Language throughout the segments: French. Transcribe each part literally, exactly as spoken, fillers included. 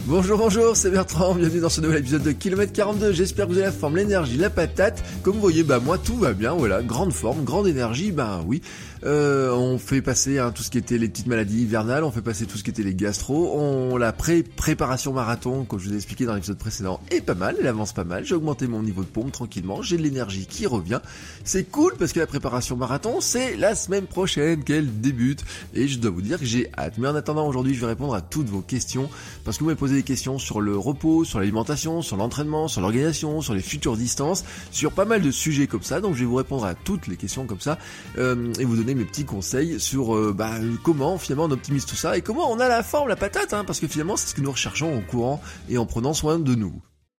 Bonjour, bonjour, c'est Bertrand, bienvenue dans ce nouvel épisode de Kilomètre quarante-deux, j'espère que vous avez la forme, l'énergie, la patate. Comme vous voyez, bah moi tout va bien, voilà, grande forme, grande énergie, bah oui. Euh, on fait passer hein, tout ce qui était les petites maladies hivernales, on fait passer tout ce qui était les gastro, on la pré préparation marathon, comme je vous ai expliqué dans l'épisode précédent, est pas mal, elle avance pas mal, j'ai augmenté mon niveau de pompe tranquillement, j'ai de l'énergie qui revient, c'est cool parce que la préparation marathon, c'est la semaine prochaine qu'elle débute, et je dois vous dire que j'ai hâte. Mais en attendant, aujourd'hui, je vais répondre à toutes vos questions, parce que vous m'avez posé des questions sur le repos, sur l'alimentation, sur l'entraînement, sur l'organisation, sur les futures distances, sur pas mal de sujets comme ça, donc je vais vous répondre à toutes les questions comme ça, euh, et vous donner mes petits conseils sur euh, bah, comment finalement on optimise tout ça, et comment on a la forme, la patate, hein, parce que finalement c'est ce que nous recherchons en courant et en prenant soin de nous.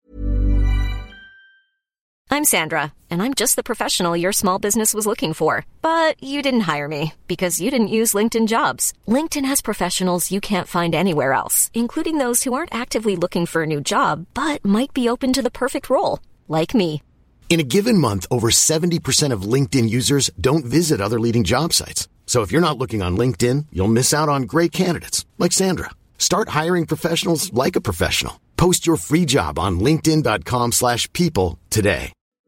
I'm Sandra, and I'm just the professional your small business was looking for. But you didn't hire me, because you didn't use LinkedIn Jobs. LinkedIn has professionals you can't find anywhere else, including those who aren't actively looking for a new job, but might be open to the perfect role, like me. In a given month, over seventy percent of LinkedIn users don't visit other leading job sites. So if you're not looking on LinkedIn, you'll miss out on great candidates, like Sandra. Start hiring professionals like a professional. Post your free job on linkedin.com slash people today.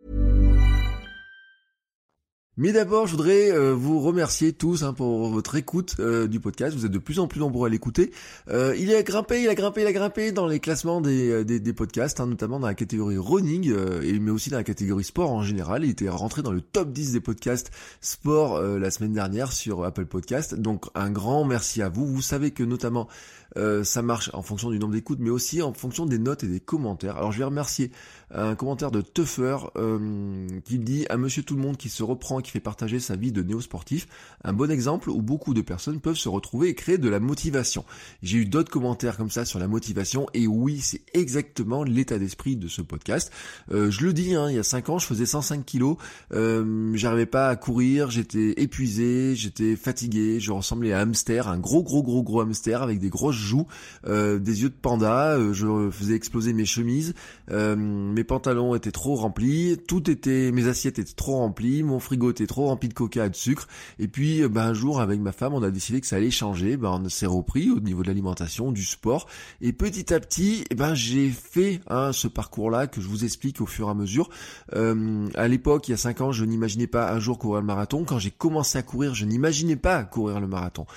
Mais d'abord, je voudrais euh, vous remercier tous hein, pour votre écoute euh, du podcast. Vous êtes de plus en plus nombreux à l'écouter. Euh, il a grimpé, il a grimpé, il a grimpé dans les classements des, des, des podcasts, hein, notamment dans la catégorie running, euh, et mais aussi dans la catégorie sport en général. Il était rentré dans le top dix des podcasts sport euh, la semaine dernière sur Apple Podcast. Donc un grand merci à vous. Vous savez que notamment euh, ça marche en fonction du nombre d'écoutes, mais aussi en fonction des notes et des commentaires. Alors je vais remercier un commentaire de Tuffer euh, qui dit à Monsieur Tout le Monde qui se reprend, qui fait partager sa vie de néo-sportif, un bon exemple où beaucoup de personnes peuvent se retrouver et créer de la motivation. J'ai eu d'autres commentaires comme ça sur la motivation, et oui, c'est exactement l'état d'esprit de ce podcast. Euh, je le dis, hein, il y a cinq ans, je faisais cent cinq kilos, euh, j'arrivais pas à courir, j'étais épuisé, j'étais fatigué, je ressemblais à un hamster, un gros gros gros gros hamster avec des grosses joues, euh, des yeux de panda, euh, je faisais exploser mes chemises, euh, mes pantalons étaient trop remplis, tout était, mes assiettes étaient trop remplies, mon frigo était trop rempli de coca et de sucre, et puis ben, un jour avec ma femme on a décidé que ça allait changer, ben, on s'est repris au niveau de l'alimentation, du sport, et petit à petit eh ben, j'ai fait hein, ce parcours là que je vous explique au fur et à mesure. Euh, à l'époque, il y a cinq ans, je n'imaginais pas un jour courir le marathon. Quand j'ai commencé à courir, je n'imaginais pas courir le marathon,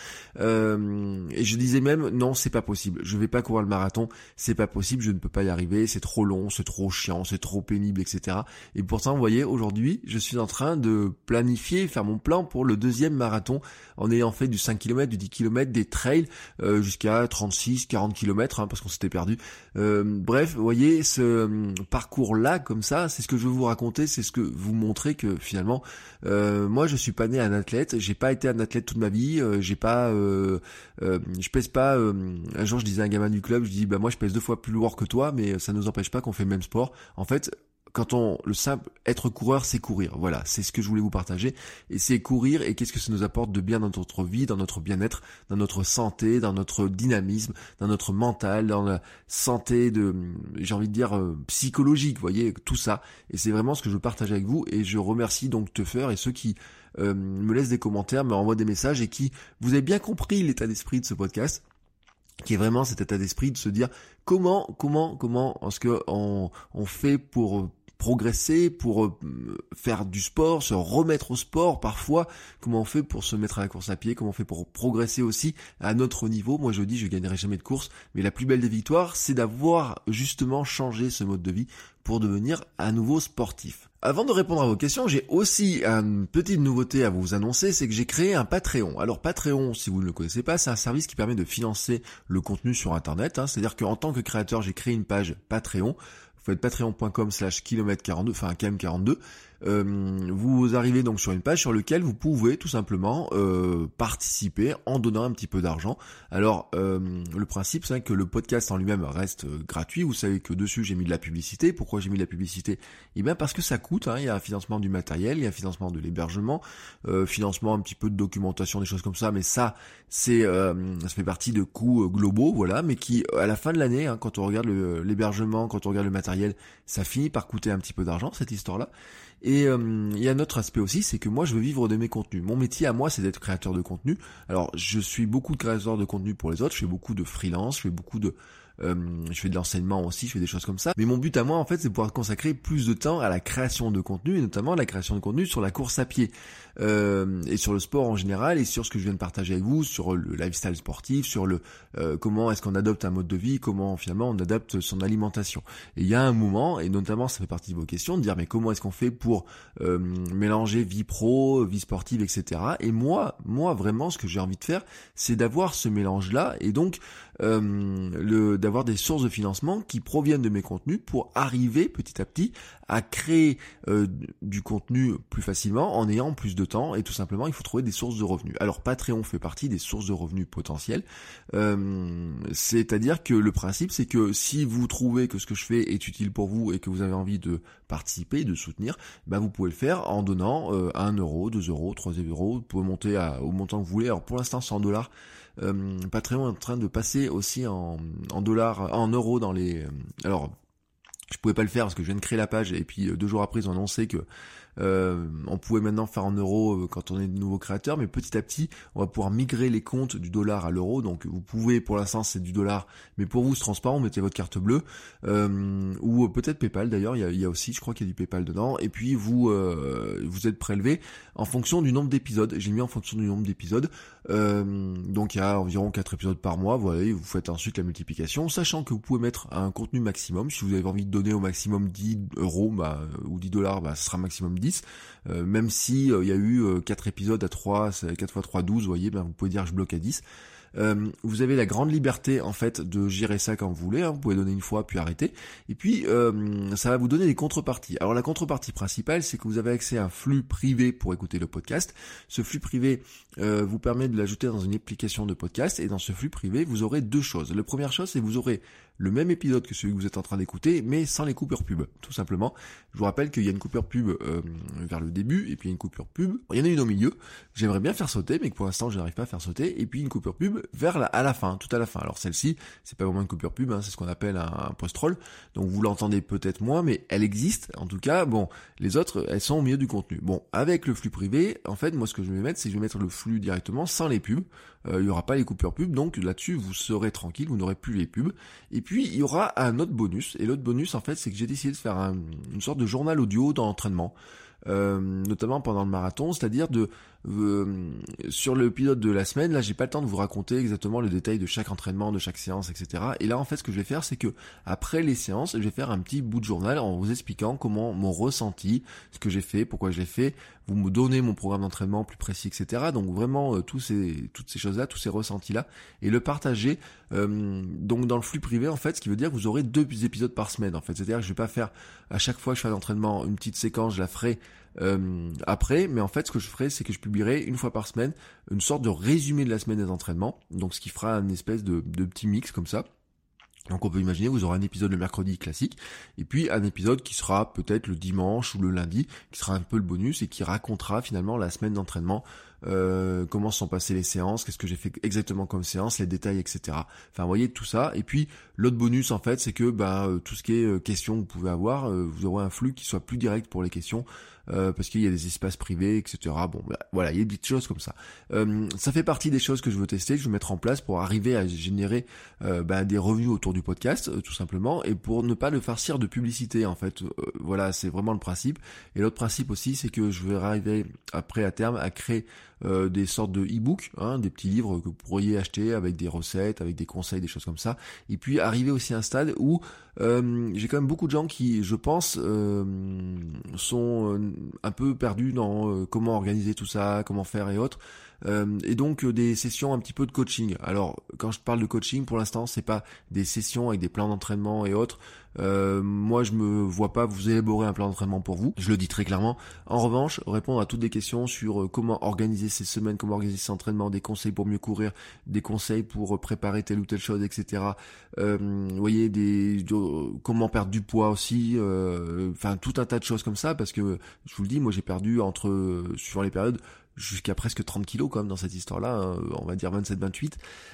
euh, et je disais même non, c'est pas possible, je vais pas courir le marathon, c'est pas possible, je ne peux pas y arriver, c'est trop long, c'est trop chiant, c'est trop pénible, et cetera. Et pourtant, vous voyez, aujourd'hui, je suis en train de planifier, faire mon plan pour le deuxième marathon, en ayant fait du cinq kilomètres, du dix kilomètres, des trails, euh, jusqu'à trente-six, quarante kilomètres, hein, parce qu'on s'était perdu. Euh, bref, vous voyez, ce euh, parcours-là, comme ça, c'est ce que je veux vous raconter, c'est ce que vous montrer que finalement, euh, moi, je suis pas né un athlète, j'ai pas été un athlète toute ma vie, euh, j'ai pas, euh, euh, je pèse pas. Euh, un jour, je disais à un gamin du club, je dis, bah moi, je pèse deux fois plus lourd que toi, mais ça ne nous empêche pas qu'on fait le même sport. En fait, quand on, le simple être coureur, c'est courir. Voilà, c'est ce que je voulais vous partager. Et c'est courir, et qu'est-ce que ça nous apporte de bien dans notre vie, dans notre bien-être, dans notre santé, dans notre dynamisme, dans notre mental, dans la santé de, j'ai envie de dire, euh, psychologique, vous voyez, tout ça. Et c'est vraiment ce que je veux partager avec vous. Et je remercie donc Tuffer et ceux qui euh, me laissent des commentaires, me renvoient des messages, et qui, vous avez bien compris l'état d'esprit de ce podcast, qui est vraiment cet état d'esprit de se dire comment, comment, comment est-ce que on, on fait pour progresser, pour faire du sport, se remettre au sport parfois, comment on fait pour se mettre à la course à pied, comment on fait pour progresser aussi à notre niveau. Moi je dis, je gagnerai jamais de course, mais la plus belle des victoires, c'est d'avoir justement changé ce mode de vie pour devenir à nouveau sportif. Avant de répondre à vos questions, j'ai aussi une petite nouveauté à vous annoncer, c'est que j'ai créé un Patreon. Alors Patreon, si vous ne le connaissez pas, c'est un service qui permet de financer le contenu sur Internet, hein. C'est-à-dire qu'en tant que créateur, j'ai créé une page Patreon. Vous faites patreon.com slash kilomètre quarante-deux, enfin K M quarante-deux. Euh, vous arrivez donc sur une page sur laquelle vous pouvez tout simplement euh, participer en donnant un petit peu d'argent. Alors euh, le principe c'est que le podcast en lui-même reste euh, gratuit. Vous savez que dessus j'ai mis de la publicité. Pourquoi j'ai mis de la publicité ? Eh bien parce que ça coûte, hein. Il y a un financement du matériel, il y a un financement de l'hébergement, euh, financement un petit peu de documentation, des choses comme ça, mais ça c'est euh, ça fait partie de coûts euh, globaux, voilà, mais qui à la fin de l'année, hein, quand on regarde le, l'hébergement, quand on regarde le matériel, ça finit par coûter un petit peu d'argent, cette histoire-là. Et euh, il y a un autre aspect aussi, c'est que moi je veux vivre de mes contenus. Mon métier à moi c'est d'être créateur de contenu. Alors je suis beaucoup de créateurs de contenu pour les autres, je fais beaucoup de freelance, je fais beaucoup de euh, je fais de l'enseignement aussi, je fais des choses comme ça. Mais mon but à moi, en fait, c'est de pouvoir consacrer plus de temps à la création de contenu, et notamment à la création de contenu sur la course à pied, euh, et sur le sport en général, et sur ce que je viens de partager avec vous, sur le lifestyle sportif, sur le euh, comment est-ce qu'on adopte un mode de vie, comment finalement on adapte son alimentation. Et il y a un moment, et notamment ça fait partie de vos questions, de dire mais comment est-ce qu'on fait pour euh, mélanger vie pro, vie sportive, et cetera. Et moi, moi vraiment, ce que j'ai envie de faire, c'est d'avoir ce mélange-là, et donc euh, le d'avoir des sources de financement qui proviennent de mes contenus pour arriver petit à petit à créer euh, du contenu plus facilement en ayant plus de temps, et tout simplement il faut trouver des sources de revenus. Alors Patreon fait partie des sources de revenus potentielles, euh, c'est-à-dire que le principe c'est que si vous trouvez que ce que je fais est utile pour vous et que vous avez envie de participer, de soutenir, bah vous pouvez le faire en donnant euh, un euro, deux euros, trois euros, vous pouvez monter à, au montant que vous voulez. Alors pour l'instant cent dollars, euh, Patreon est en train de passer aussi en, en dollars, en euros dans les... Euh, alors je pouvais pas le faire parce que je viens de créer la page et puis deux jours après ils ont annoncé que euh, on pouvait maintenant faire en euros quand on est de nouveaux créateurs, mais petit à petit on va pouvoir migrer les comptes du dollar à l'euro. Donc vous pouvez, pour l'instant c'est du dollar, mais pour vous c'est transparent, vous mettez votre carte bleue, euh, ou peut-être PayPal d'ailleurs, il y a, il y a aussi, je crois qu'il y a du PayPal dedans, et puis vous euh, vous êtes prélevé en fonction du nombre d'épisodes. J'ai mis en fonction du nombre d'épisodes, euh, donc il y a environ quatre épisodes par mois, voilà, et vous faites ensuite la multiplication, sachant que vous pouvez mettre un contenu maximum. Si vous avez envie de donner au maximum dix euros bah, ou dix dollars, bah, ce sera maximum dix. Euh, même si euh, il y a eu euh, quatre épisodes à trois, quatre fois trois, douze, vous voyez, ben, vous pouvez dire je bloque à dix. Euh, vous avez la grande liberté en fait de gérer ça quand vous voulez, hein. Vous pouvez donner une fois puis arrêter, et puis euh, ça va vous donner des contreparties. Alors la contrepartie principale, c'est que vous avez accès à un flux privé pour écouter le podcast. Ce flux privé euh, vous permet de l'ajouter dans une application de podcast, et dans ce flux privé vous aurez deux choses. La première chose, c'est que vous aurez le même épisode que celui que vous êtes en train d'écouter, mais sans les coupures pub, tout simplement. Je vous rappelle qu'il y a une coupure pub euh, vers le début, et puis une coupure pub, il y en a une au milieu, j'aimerais bien faire sauter, mais que pour l'instant je n'arrive pas à faire sauter, et puis une coupure pub vers la, à la fin, tout à la fin. Alors celle-ci, c'est pas vraiment une coupure pub, hein, c'est ce qu'on appelle un, un post-roll, donc vous l'entendez peut-être moins, mais elle existe, en tout cas, bon, les autres, elles sont au milieu du contenu. Bon, avec le flux privé, en fait, moi ce que je vais mettre, c'est que je vais mettre le flux directement sans les pubs, euh, il n'y aura pas les coupures pubs, donc là-dessus, vous serez tranquille, vous n'aurez plus les pubs. Et puis, il y aura un autre bonus, et l'autre bonus, en fait, c'est que j'ai décidé de faire un, une sorte de journal audio dans l'entraînement, euh, notamment pendant le marathon, c'est-à-dire de euh, sur le pilote de la semaine, là j'ai pas le temps de vous raconter exactement le détail de chaque entraînement, de chaque séance, et cetera. Et là en fait ce que je vais faire, c'est que après les séances, je vais faire un petit bout de journal en vous expliquant comment mon ressenti, ce que j'ai fait, pourquoi je l'ai fait, vous me donnez mon programme d'entraînement plus précis, et cetera. Donc vraiment euh, tous ces toutes ces choses-là, tous ces ressentis-là, et le partager euh, donc dans le flux privé en fait, ce qui veut dire que vous aurez deux épisodes par semaine en fait. C'est-à-dire que je vais pas faire à chaque fois que je fais un entraînement une petite séquence, je la ferai Euh, après, mais en fait ce que je ferai, c'est que je publierai une fois par semaine une sorte de résumé de la semaine des entraînements, donc ce qui fera une espèce de, de petit mix comme ça. Donc on peut imaginer, vous aurez un épisode le mercredi classique, et puis un épisode qui sera peut-être le dimanche ou le lundi, qui sera un peu le bonus et qui racontera finalement la semaine d'entraînement, euh, comment se sont passées les séances, qu'est-ce que j'ai fait exactement comme séance, les détails, et cetera. Enfin, vous voyez tout ça. Et puis l'autre bonus en fait, c'est que bah, tout ce qui est euh, questions que vous pouvez avoir, euh, vous aurez un flux qui soit plus direct pour les questions. Euh, parce qu'il y a des espaces privés, et cetera. Bon, bah, voilà, il y a des petites choses comme ça. Euh, ça fait partie des choses que je veux tester, que je veux mettre en place pour arriver à générer euh, bah, des revenus autour du podcast, euh, tout simplement, et pour ne pas le farcir de publicité, en fait. Euh, voilà, c'est vraiment le principe. Et l'autre principe aussi, c'est que je vais arriver après à terme à créer euh, des sortes de e-books, hein, des petits livres que vous pourriez acheter avec des recettes, avec des conseils, des choses comme ça. Et puis arriver aussi à un stade où euh, j'ai quand même beaucoup de gens qui, je pense, euh, sont euh, un peu perdus dans euh, comment organiser tout ça, comment faire et autres. Euh, et donc euh, des sessions un petit peu de coaching. Alors quand je parle de coaching, pour l'instant c'est pas des sessions avec des plans d'entraînement et autres. Euh, moi je me vois pas vous élaborer un plan d'entraînement pour vous, je le dis très clairement. En revanche, répondre à toutes les questions sur euh, comment organiser ces semaines, comment organiser ces entraînements, des conseils pour mieux courir, des conseils pour euh, préparer telle ou telle chose, et cetera. Euh, vous voyez, des euh, comment perdre du poids aussi, euh, enfin tout un tas de choses comme ça, parce que je vous le dis, moi j'ai perdu entre, euh, suivant les périodes, jusqu'à presque trente kilos quand même dans cette histoire-là, hein, on va dire vingt-sept vingt-huit.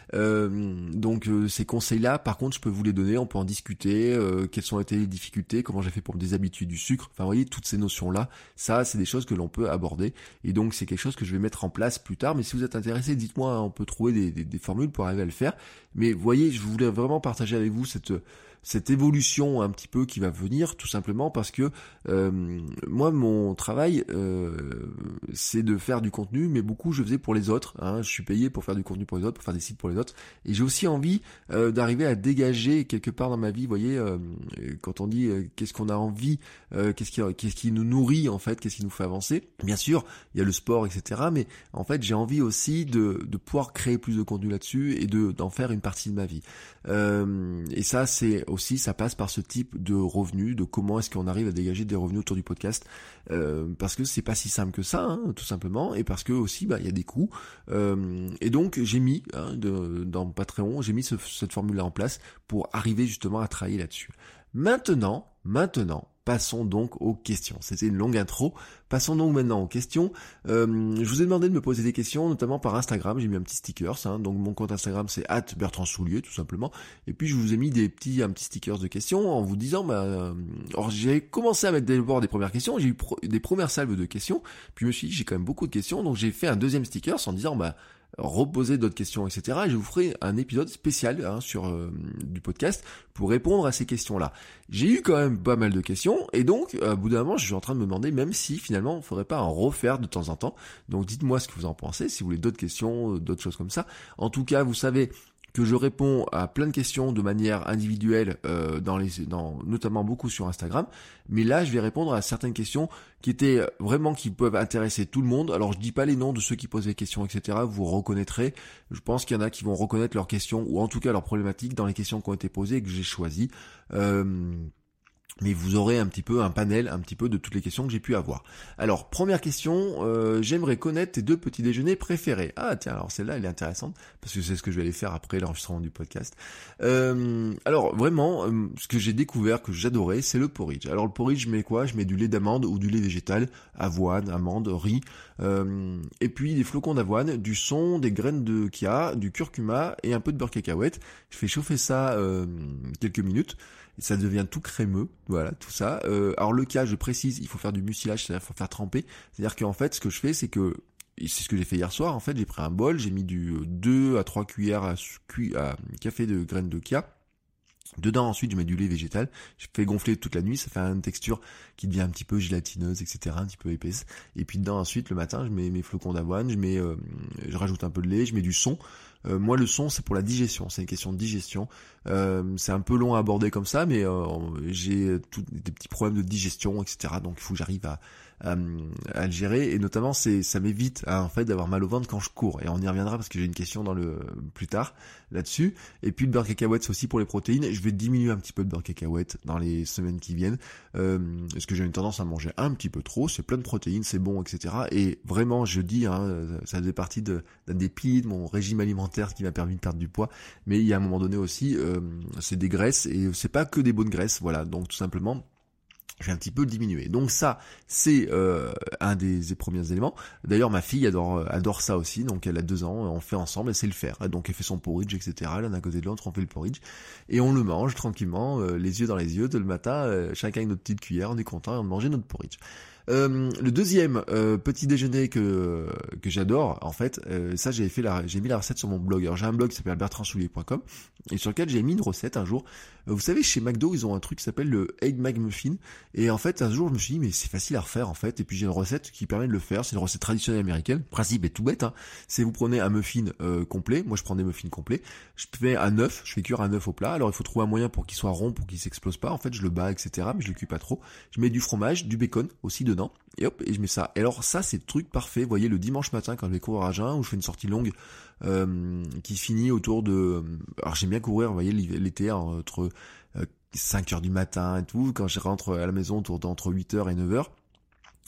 Euh, donc euh, ces conseils-là, par contre, je peux vous les donner, on peut en discuter, euh, quelles ont été les difficultés, comment j'ai fait pour me déshabituer du sucre, enfin vous voyez, toutes ces notions-là, ça c'est des choses que l'on peut aborder, et donc c'est quelque chose que je vais mettre en place plus tard, mais si vous êtes intéressé, dites-moi, hein, on peut trouver des, des, des formules pour arriver à le faire, mais vous voyez, je voulais vraiment partager avec vous cette... cette évolution un petit peu qui va venir, tout simplement parce que euh, moi mon travail euh, c'est de faire du contenu, mais beaucoup je faisais pour les autres, hein. Je suis payé pour faire du contenu pour les autres, pour faire des sites pour les autres, et j'ai aussi envie euh, d'arriver à dégager quelque part dans ma vie, vous voyez, euh, quand on dit euh, qu'est-ce qu'on a envie, euh, qu'est-ce qui qu'est-ce qui nous nourrit en fait, qu'est-ce qui nous fait avancer, bien sûr il y a le sport, etc., mais en fait j'ai envie aussi de, de pouvoir créer plus de contenu là-dessus et de d'en faire une partie de ma vie, euh, et ça c'est aussi, ça passe par ce type de revenus, de comment est-ce qu'on arrive à dégager des revenus autour du podcast, euh, parce que c'est pas si simple que ça, hein, tout simplement, et parce que aussi, bah, il y a des coûts, euh, et donc j'ai mis, hein, de, dans Patreon, j'ai mis ce, cette formule-là en place pour arriver justement à travailler là-dessus. Maintenant, maintenant, passons donc aux questions. C'était une longue intro. Passons donc maintenant aux questions. Euh, je vous ai demandé de me poser des questions, notamment par Instagram. J'ai mis un petit sticker, hein. Donc mon compte Instagram c'est arobase bertrand soulier tout simplement. Et puis je vous ai mis des petits, un petit sticker de questions en vous disant, bah, euh, alors j'ai commencé à mettre d'abord des premières questions. J'ai eu pro- des premières salves de questions. Puis je me suis dit, j'ai quand même beaucoup de questions, donc j'ai fait un deuxième sticker en disant, bah, reposer d'autres questions, et cetera. Et je vous ferai un épisode spécial, hein, sur euh, du podcast pour répondre à ces questions-là. J'ai eu quand même pas mal de questions, et donc, à bout d'un moment, je suis en train de me demander même si finalement on ne faudrait pas en refaire de temps en temps. Donc dites-moi ce que vous en pensez, si vous voulez d'autres questions, d'autres choses comme ça. En tout cas, vous savez que je réponds à plein de questions de manière individuelle, euh, dans les, dans, notamment beaucoup sur Instagram. Mais là, je vais répondre à certaines questions qui étaient vraiment, qui peuvent intéresser tout le monde. Alors, je dis pas les noms de ceux qui posent les questions, et cetera. Vous reconnaîtrez. Je pense qu'il y en a qui vont reconnaître leurs questions, ou en tout cas leurs problématiques dans les questions qui ont été posées et que j'ai choisies. Euh, mais vous aurez un petit peu un panel, un petit peu de toutes les questions que j'ai pu avoir. Alors, première question, euh, j'aimerais connaître tes deux petits déjeuners préférés. Ah tiens, alors celle-là, elle est intéressante, parce que c'est ce que je vais aller faire après l'enregistrement du podcast. Euh, alors, vraiment, euh, ce que j'ai découvert, que j'adorais, c'est le porridge. Alors, le porridge, je mets quoi ? Je mets du lait d'amande ou du lait végétal, avoine, amande, riz, euh, et puis des flocons d'avoine, du son, des graines de chia, du curcuma et un peu de beurre cacahuète. Je fais chauffer ça euh, quelques minutes. Et ça devient tout crémeux, voilà, tout ça. Euh, alors le cas, je précise, il faut faire du mucilage, c'est-à-dire qu'il faut faire tremper. C'est-à-dire qu'en fait, ce que je fais, c'est que, et c'est ce que j'ai fait hier soir, en fait, j'ai pris un bol, j'ai mis du deux à trois cuillères à, à café de graines de chia. Dedans, ensuite, je mets du lait végétal, je fais gonfler toute la nuit, ça fait une texture qui devient un petit peu gélatineuse, et cetera, un petit peu épaisse. Et puis dedans, ensuite, le matin, je mets mes flocons d'avoine, je mets, euh, je rajoute un peu de lait, je mets du son. Euh, moi, le son, c'est pour la digestion, c'est une question de digestion. Euh, c'est un peu long à aborder comme ça, mais euh, j'ai tout, des petits problèmes de digestion, et cetera. Donc, il faut que j'arrive à, à, à le gérer. Et notamment, c'est, ça m'évite, hein, en fait, d'avoir mal au ventre quand je cours. Et on y reviendra parce que j'ai une question dans le plus tard là-dessus. Et puis, le beurre cacahuète, c'est aussi pour les protéines. Je vais diminuer un petit peu de beurre cacahuète dans les semaines qui viennent, euh, parce que j'ai une tendance à manger un petit peu trop. C'est plein de protéines, c'est bon, et cetera. Et vraiment, je dis, hein, ça faisait partie de, d'un des piliers de mon régime alimentaire qui m'a permis de perdre du poids, mais il y a un moment donné aussi, euh, c'est des graisses, et c'est pas que des bonnes graisses, voilà, donc tout simplement, je vais un petit peu le diminuer. Donc ça, c'est euh, un des, des premiers éléments. D'ailleurs, ma fille adore adore ça aussi, donc elle a deux ans, on fait ensemble, elle sait le faire, donc elle fait son porridge, et cetera. L'un à côté de l'autre, on fait le porridge, et on le mange tranquillement, euh, les yeux dans les yeux, de le matin, euh, chacun avec notre petite cuillère, on est content de manger notre porridge. Euh, le deuxième euh, petit déjeuner que que j'adore, en fait, euh, ça j'ai fait la, j'ai mis la recette sur mon blog. Alors j'ai un blog qui s'appelle bertrand soulier point com et sur lequel j'ai mis une recette un jour. Euh, vous savez, chez McDo, ils ont un truc qui s'appelle le Egg McMuffin, et en fait un jour je me suis dit mais c'est facile à refaire en fait, et puis j'ai une recette qui permet de le faire. C'est une recette traditionnelle américaine. Le principe est tout bête, hein. C'est vous prenez un muffin euh, complet. Moi je prends des muffins complets. Je fais un œuf, je fais cuire un œuf au plat. Alors il faut trouver un moyen pour qu'il soit rond, pour qu'il s'explose pas. En fait je le bats, et cetera. Mais je le cuis pas trop. Je mets du fromage, du bacon aussi dedans. Et hop, et je mets ça. Et alors ça, c'est le truc parfait. Vous voyez, le dimanche matin, quand je vais courir à Jeun, où je fais une sortie longue, euh, qui finit autour de... Alors j'aime bien courir, vous voyez, l'été, entre cinq heures du matin et tout, quand je rentre à la maison autour d'entre huit heures et neuf heures.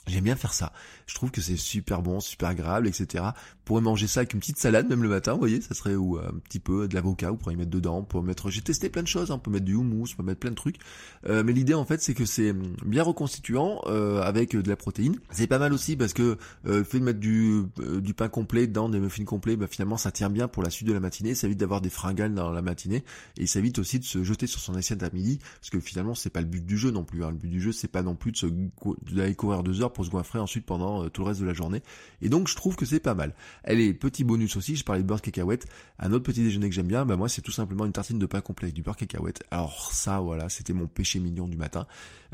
J'aime bien faire ça. Je trouve que c'est super bon, super agréable, et cetera. Vous pourrez manger ça avec une petite salade même le matin, vous voyez, ça serait ou un petit peu de l'avocat, vous pourrez y mettre dedans, pour mettre. J'ai testé plein de choses, hein. On peut mettre du houmous, on peut mettre plein de trucs. Euh, mais l'idée en fait, c'est que c'est bien reconstituant euh, avec de la protéine. C'est pas mal aussi parce que euh, le fait de mettre du euh, du pain complet dedans, des muffins complets, bah finalement ça tient bien pour la suite de la matinée. Ça évite d'avoir des fringales dans la matinée et ça évite aussi de se jeter sur son assiette à midi, parce que finalement c'est pas le but du jeu non plus. Hein. Le but du jeu c'est pas non plus de se d'aller courir deux heures pour se goinfrer ensuite pendant euh, tout le reste de la journée. Et donc je trouve que c'est pas mal. Elle est petit bonus aussi, je parlais de beurre cacahuète. Un autre petit déjeuner que j'aime bien, bah moi c'est tout simplement une tartine de pain complet avec du beurre cacahuète. Alors ça voilà, c'était mon péché mignon du matin.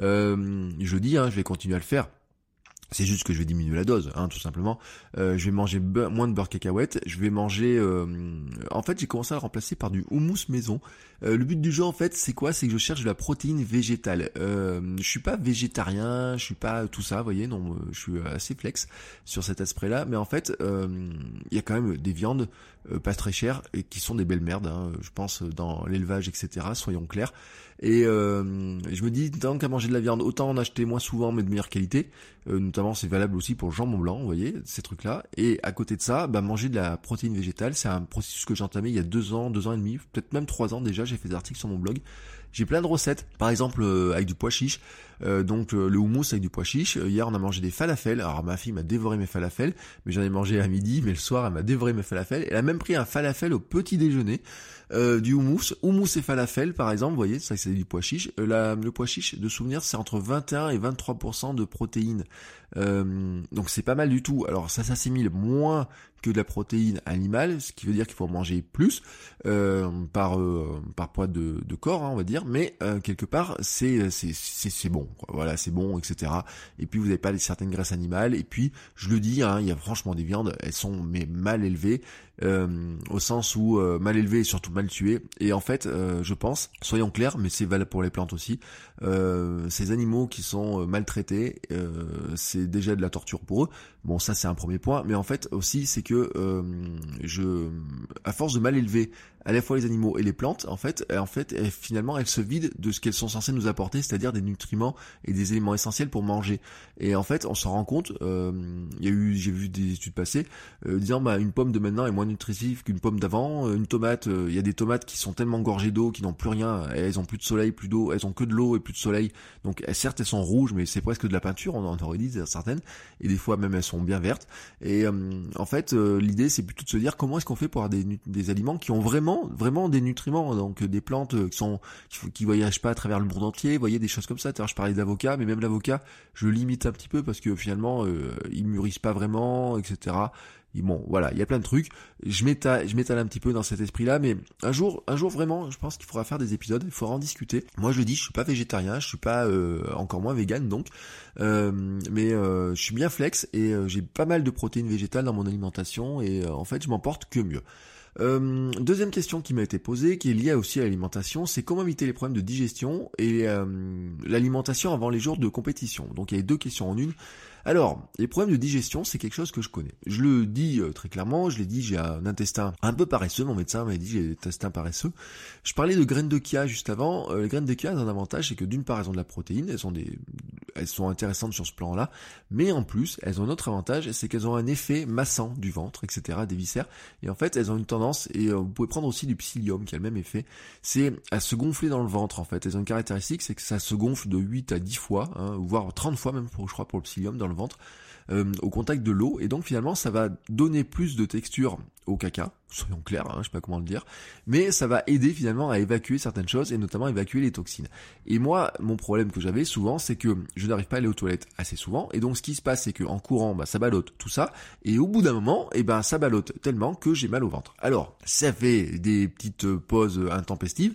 Euh, je dis, hein, je vais continuer à le faire. C'est juste que je vais diminuer la dose, hein, tout simplement. Euh, je vais manger be- moins de beurre cacahuète. Je vais manger... Euh, en fait, j'ai commencé à le remplacer par du houmous maison. Euh, le but du jeu, en fait, c'est quoi? C'est que je cherche de la protéine végétale. Euh, je suis pas végétarien, je suis pas tout ça, vous voyez. Non, je suis assez flex sur cet aspect-là. Mais en fait, il euh, y a quand même des viandes euh, pas très chères et qui sont des belles merdes. Hein, je pense dans l'élevage, et cetera. Soyons clairs. Et euh, je me dis, tant qu'à manger de la viande, autant en acheter moins souvent mais de meilleure qualité. Euh, notamment c'est valable aussi pour le jambon blanc, vous voyez, ces trucs-là. Et à côté de ça, bah manger de la protéine végétale, c'est un processus que j'ai entamé il y a deux ans, deux ans et demi, peut-être même trois ans déjà. J'ai fait des articles sur mon blog. J'ai plein de recettes, par exemple euh, avec du pois chiche, euh, donc euh, le houmous avec du pois chiche. Euh, hier on a mangé des falafels, alors ma fille m'a dévoré mes falafels, mais j'en ai mangé à midi, mais le soir elle m'a dévoré mes falafels. Elle a même pris un falafel au petit déjeuner, euh, du houmous, houmous et falafel par exemple, vous voyez, ça c'est du pois chiche. Euh, la, le pois chiche, de souvenir, c'est entre vingt et un et vingt-trois pour cent de protéines, euh, donc c'est pas mal du tout. Alors ça s'assimile moins que de la protéine animale, ce qui veut dire qu'il faut en manger plus euh, par euh, par poids de, de corps, hein, on va dire, mais euh, quelque part c'est c'est c'est c'est bon, quoi. Voilà, c'est bon, et cetera. Et puis vous n'avez pas certaines graisses animales. Et puis je le dis, hein, il y a franchement des viandes, elles sont mais mal élevées, euh, au sens où euh, mal élevées et surtout mal tuées. Et en fait, euh, je pense, soyons clairs, mais c'est valable pour les plantes aussi. Euh, ces animaux qui sont maltraités, euh, c'est déjà de la torture pour eux. Bon, ça c'est un premier point, mais en fait aussi c'est que euh, je, à force de mal élever à la fois les animaux et les plantes, en fait, en fait, elles, finalement, elles se vident de ce qu'elles sont censées nous apporter, c'est-à-dire des nutriments et des éléments essentiels pour manger. Et en fait, on s'en rend compte. Euh, il y a eu, j'ai vu des études passer euh, disant, bah, une pomme de maintenant est moins nutritive qu'une pomme d'avant. Une tomate, euh, il y a des tomates qui sont tellement gorgées d'eau, qui n'ont plus rien. Elles ont plus de soleil, plus d'eau. Elles ont que de l'eau et plus de soleil. Donc, elles, certes, elles sont rouges, mais c'est presque de la peinture. On en aurait dit certaines. Et des fois, même, elles sont bien vertes. Et euh, en fait, euh, l'idée, c'est plutôt de se dire comment est-ce qu'on fait pour avoir des, des aliments qui ont vraiment vraiment des nutriments, donc des plantes qui sont qui, qui voyagent pas à travers le monde entier, vous voyez, des choses comme ça. Alors, je parlais d'avocat, mais même l'avocat, je le limite un petit peu parce que finalement, euh, ils mûrissent pas vraiment, et cetera. Et bon, voilà, il y a plein de trucs. Je m'étale, je m'étale un petit peu dans cet esprit-là, mais un jour, un jour vraiment, je pense qu'il faudra faire des épisodes, il faudra en discuter. Moi, je le dis, je suis pas végétarien, je suis pas euh, encore moins vegan, donc, euh, mais euh, je suis bien flex et euh, j'ai pas mal de protéines végétales dans mon alimentation et euh, en fait, je m'en porte que mieux. Euh, deuxième question qui m'a été posée, qui est liée aussi à l'alimentation, c'est comment éviter les problèmes de digestion et euh, l'alimentation avant les jours de compétition. Donc il y a deux questions en une. Alors, les problèmes de digestion, c'est quelque chose que je connais. Je le dis euh, très clairement, je l'ai dit, j'ai un intestin un peu paresseux, mon médecin m'a dit j'ai un intestin paresseux. Je parlais de graines de chia juste avant. Euh, les graines de chia ont un avantage, c'est que d'une part, elles ont de la protéine, elles sont des, elles sont intéressantes sur ce plan-là, mais en plus, elles ont un autre avantage, c'est qu'elles ont un effet massant du ventre, et cetera, des viscères. Et en fait, elles ont une tendance, et euh, vous pouvez prendre aussi du psyllium qui a le même effet, c'est à se gonfler dans le ventre en fait. Elles ont une caractéristique, c'est que ça se gonfle de huit à dix fois, hein, voire trente fois même, pour, je crois, pour le psyllium dans le ventre, euh, au contact de l'eau, et donc finalement ça va donner plus de texture au caca, soyons clairs, hein, je sais pas comment le dire, mais ça va aider finalement à évacuer certaines choses et notamment évacuer les toxines. Et moi, mon problème que j'avais souvent, c'est que je n'arrive pas à aller aux toilettes assez souvent, et donc ce qui se passe, c'est que en courant, bah ça ballotte tout ça, et au bout d'un moment, et ben ça ballotte tellement que j'ai mal au ventre. Alors, ça fait des petites pauses intempestives.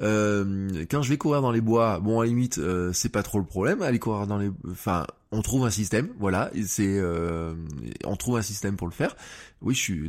Euh, quand je vais courir dans les bois, bon à la limite, euh, c'est pas trop le problème. Aller courir dans les, enfin, on trouve un système, voilà, c'est, euh, on trouve un système pour le faire. Oui, je suis désolé,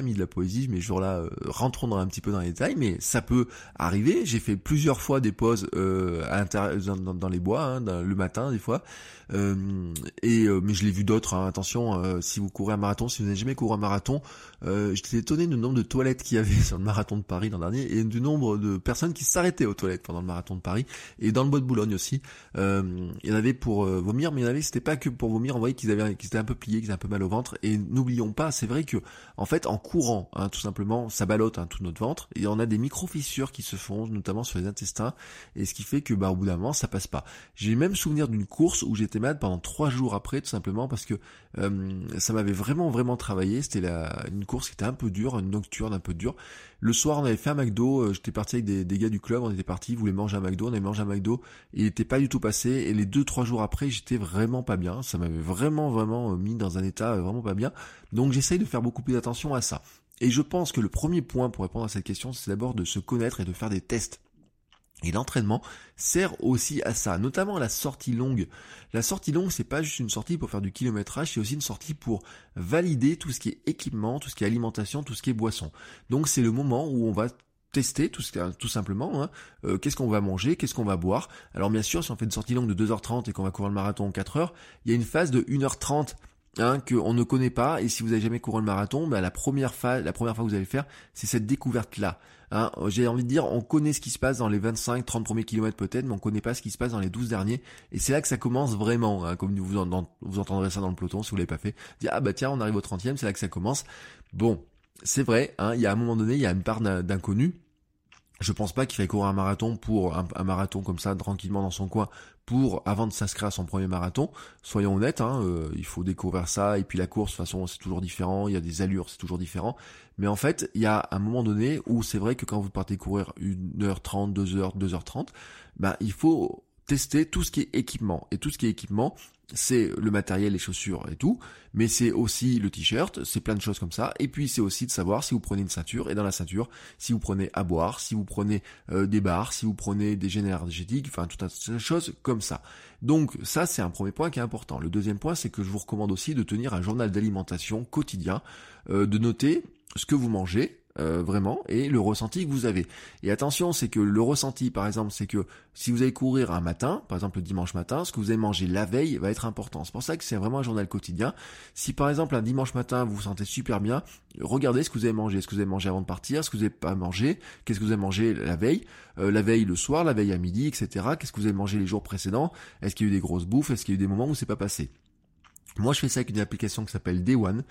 mis de la poésie, mais ce jour-là, euh, rentrons dans un petit peu dans les détails, mais ça peut arriver. J'ai fait plusieurs fois des pauses euh, à dans, dans, dans les bois, hein, dans, le matin des fois, euh, et euh, mais je l'ai vu d'autres. Hein, attention, euh, si vous courez un marathon, si vous n'avez jamais couru un marathon, euh, j'étais étonné du nombre de toilettes qu'il y avait sur le marathon de Paris l'an dernier, et du nombre de personnes qui s'arrêtaient aux toilettes pendant le marathon de Paris, et dans le bois de Boulogne aussi. Euh, il y en avait pour euh, vomir, mais il y en avait, c'était pas que pour vomir. On voyait qu'ils avaient, qu'ils étaient un peu pliés, qu'ils avaient un peu mal au ventre. Et n'oublions pas, c'est vrai que, en fait, en courant, hein, tout simplement, ça ballotte hein, tout notre ventre, et on a des micro-fissures qui se font, notamment sur les intestins, et ce qui fait que, bah, au bout d'un moment, ça passe pas. J'ai même souvenir d'une course où j'étais malade pendant trois jours après, tout simplement parce que euh, ça m'avait vraiment, vraiment travaillé. C'était la, une course qui était un peu dure, une nocturne un peu dure. Le soir, on avait fait un McDo, euh, j'étais parti avec des, des gars du club, on était partis, ils voulaient manger un McDo, on avait mangé un McDo, et il était pas du tout passé, et les deux, trois jours après, j'étais vraiment pas bien. Ça m'avait vraiment, vraiment mis dans un état vraiment pas bien. Donc j'essaye de faire beaucoup plus attention à ça. Et je pense que le premier point pour répondre à cette question, c'est d'abord de se connaître et de faire des tests. Et l'entraînement sert aussi à ça, notamment à la sortie longue. La sortie longue, c'est pas juste une sortie pour faire du kilométrage, c'est aussi une sortie pour valider tout ce qui est équipement, tout ce qui est alimentation, tout ce qui est boisson. Donc c'est le moment où on va tester tout, ce, tout simplement, hein, euh, qu'est-ce qu'on va manger, qu'est-ce qu'on va boire. Alors bien sûr, si on fait une sortie longue de deux heures trente et qu'on va courir le marathon en quatre heures, il y a une phase de une heure trente hein, qu'on ne connaît pas, et si vous avez jamais couru le marathon, bah, la première phase, la première fois que vous allez faire, c'est cette découverte-là. Hein, j'ai envie de dire, on connaît ce qui se passe dans les vingt-cinq trente premiers kilomètres peut-être, mais on connaît pas ce qui se passe dans les douze derniers, et c'est là que ça commence vraiment, hein, comme vous, en, dans, vous entendrez ça dans le peloton si vous l'avez pas fait. Dire, ah bah tiens, on arrive au trentième, c'est là que ça commence. Bon, c'est vrai, hein, il y a un moment donné, il y a une part d'inconnu. Je pense pas qu'il faille courir un marathon pour un, un marathon comme ça tranquillement dans son coin pour avant de s'inscrire à son premier marathon. Soyons honnêtes, hein, euh, il faut découvrir ça, et puis la course de toute façon c'est toujours différent, il y a des allures, c'est toujours différent. Mais en fait, il y a un moment donné où c'est vrai que quand vous partez courir une heure trente, deux heures, deux heures trente, bah il faut tester tout ce qui est équipement. Et tout ce qui est équipement, c'est le matériel, les chaussures et tout, mais c'est aussi le t-shirt, c'est plein de choses comme ça, et puis c'est aussi de savoir si vous prenez une ceinture, et dans la ceinture, si vous prenez à boire, si vous prenez euh, des barres, si vous prenez des gènes énergétiques, enfin tout un tas de choses comme ça. Donc ça, c'est un premier point qui est important. Le deuxième point, c'est que je vous recommande aussi de tenir un journal d'alimentation quotidien, euh, de noter ce que vous mangez, Euh, vraiment, et le ressenti que vous avez. Et attention, c'est que le ressenti, par exemple, c'est que si vous allez courir un matin, par exemple le dimanche matin, ce que vous avez mangé la veille va être important. C'est pour ça que c'est vraiment un journal quotidien. Si par exemple un dimanche matin vous vous sentez super bien, regardez ce que vous avez mangé. Est-ce que vous avez mangé avant de partir? Ce que vous n'avez pas mangé? Qu'est-ce que vous avez mangé la veille? euh, La veille le soir, la veille à midi, et cetera. Qu'est-ce que vous avez mangé les jours précédents? Est-ce qu'il y a eu des grosses bouffes? Est-ce qu'il y a eu des moments où c'est pas passé? Moi je fais ça avec une application qui s'appelle Day One,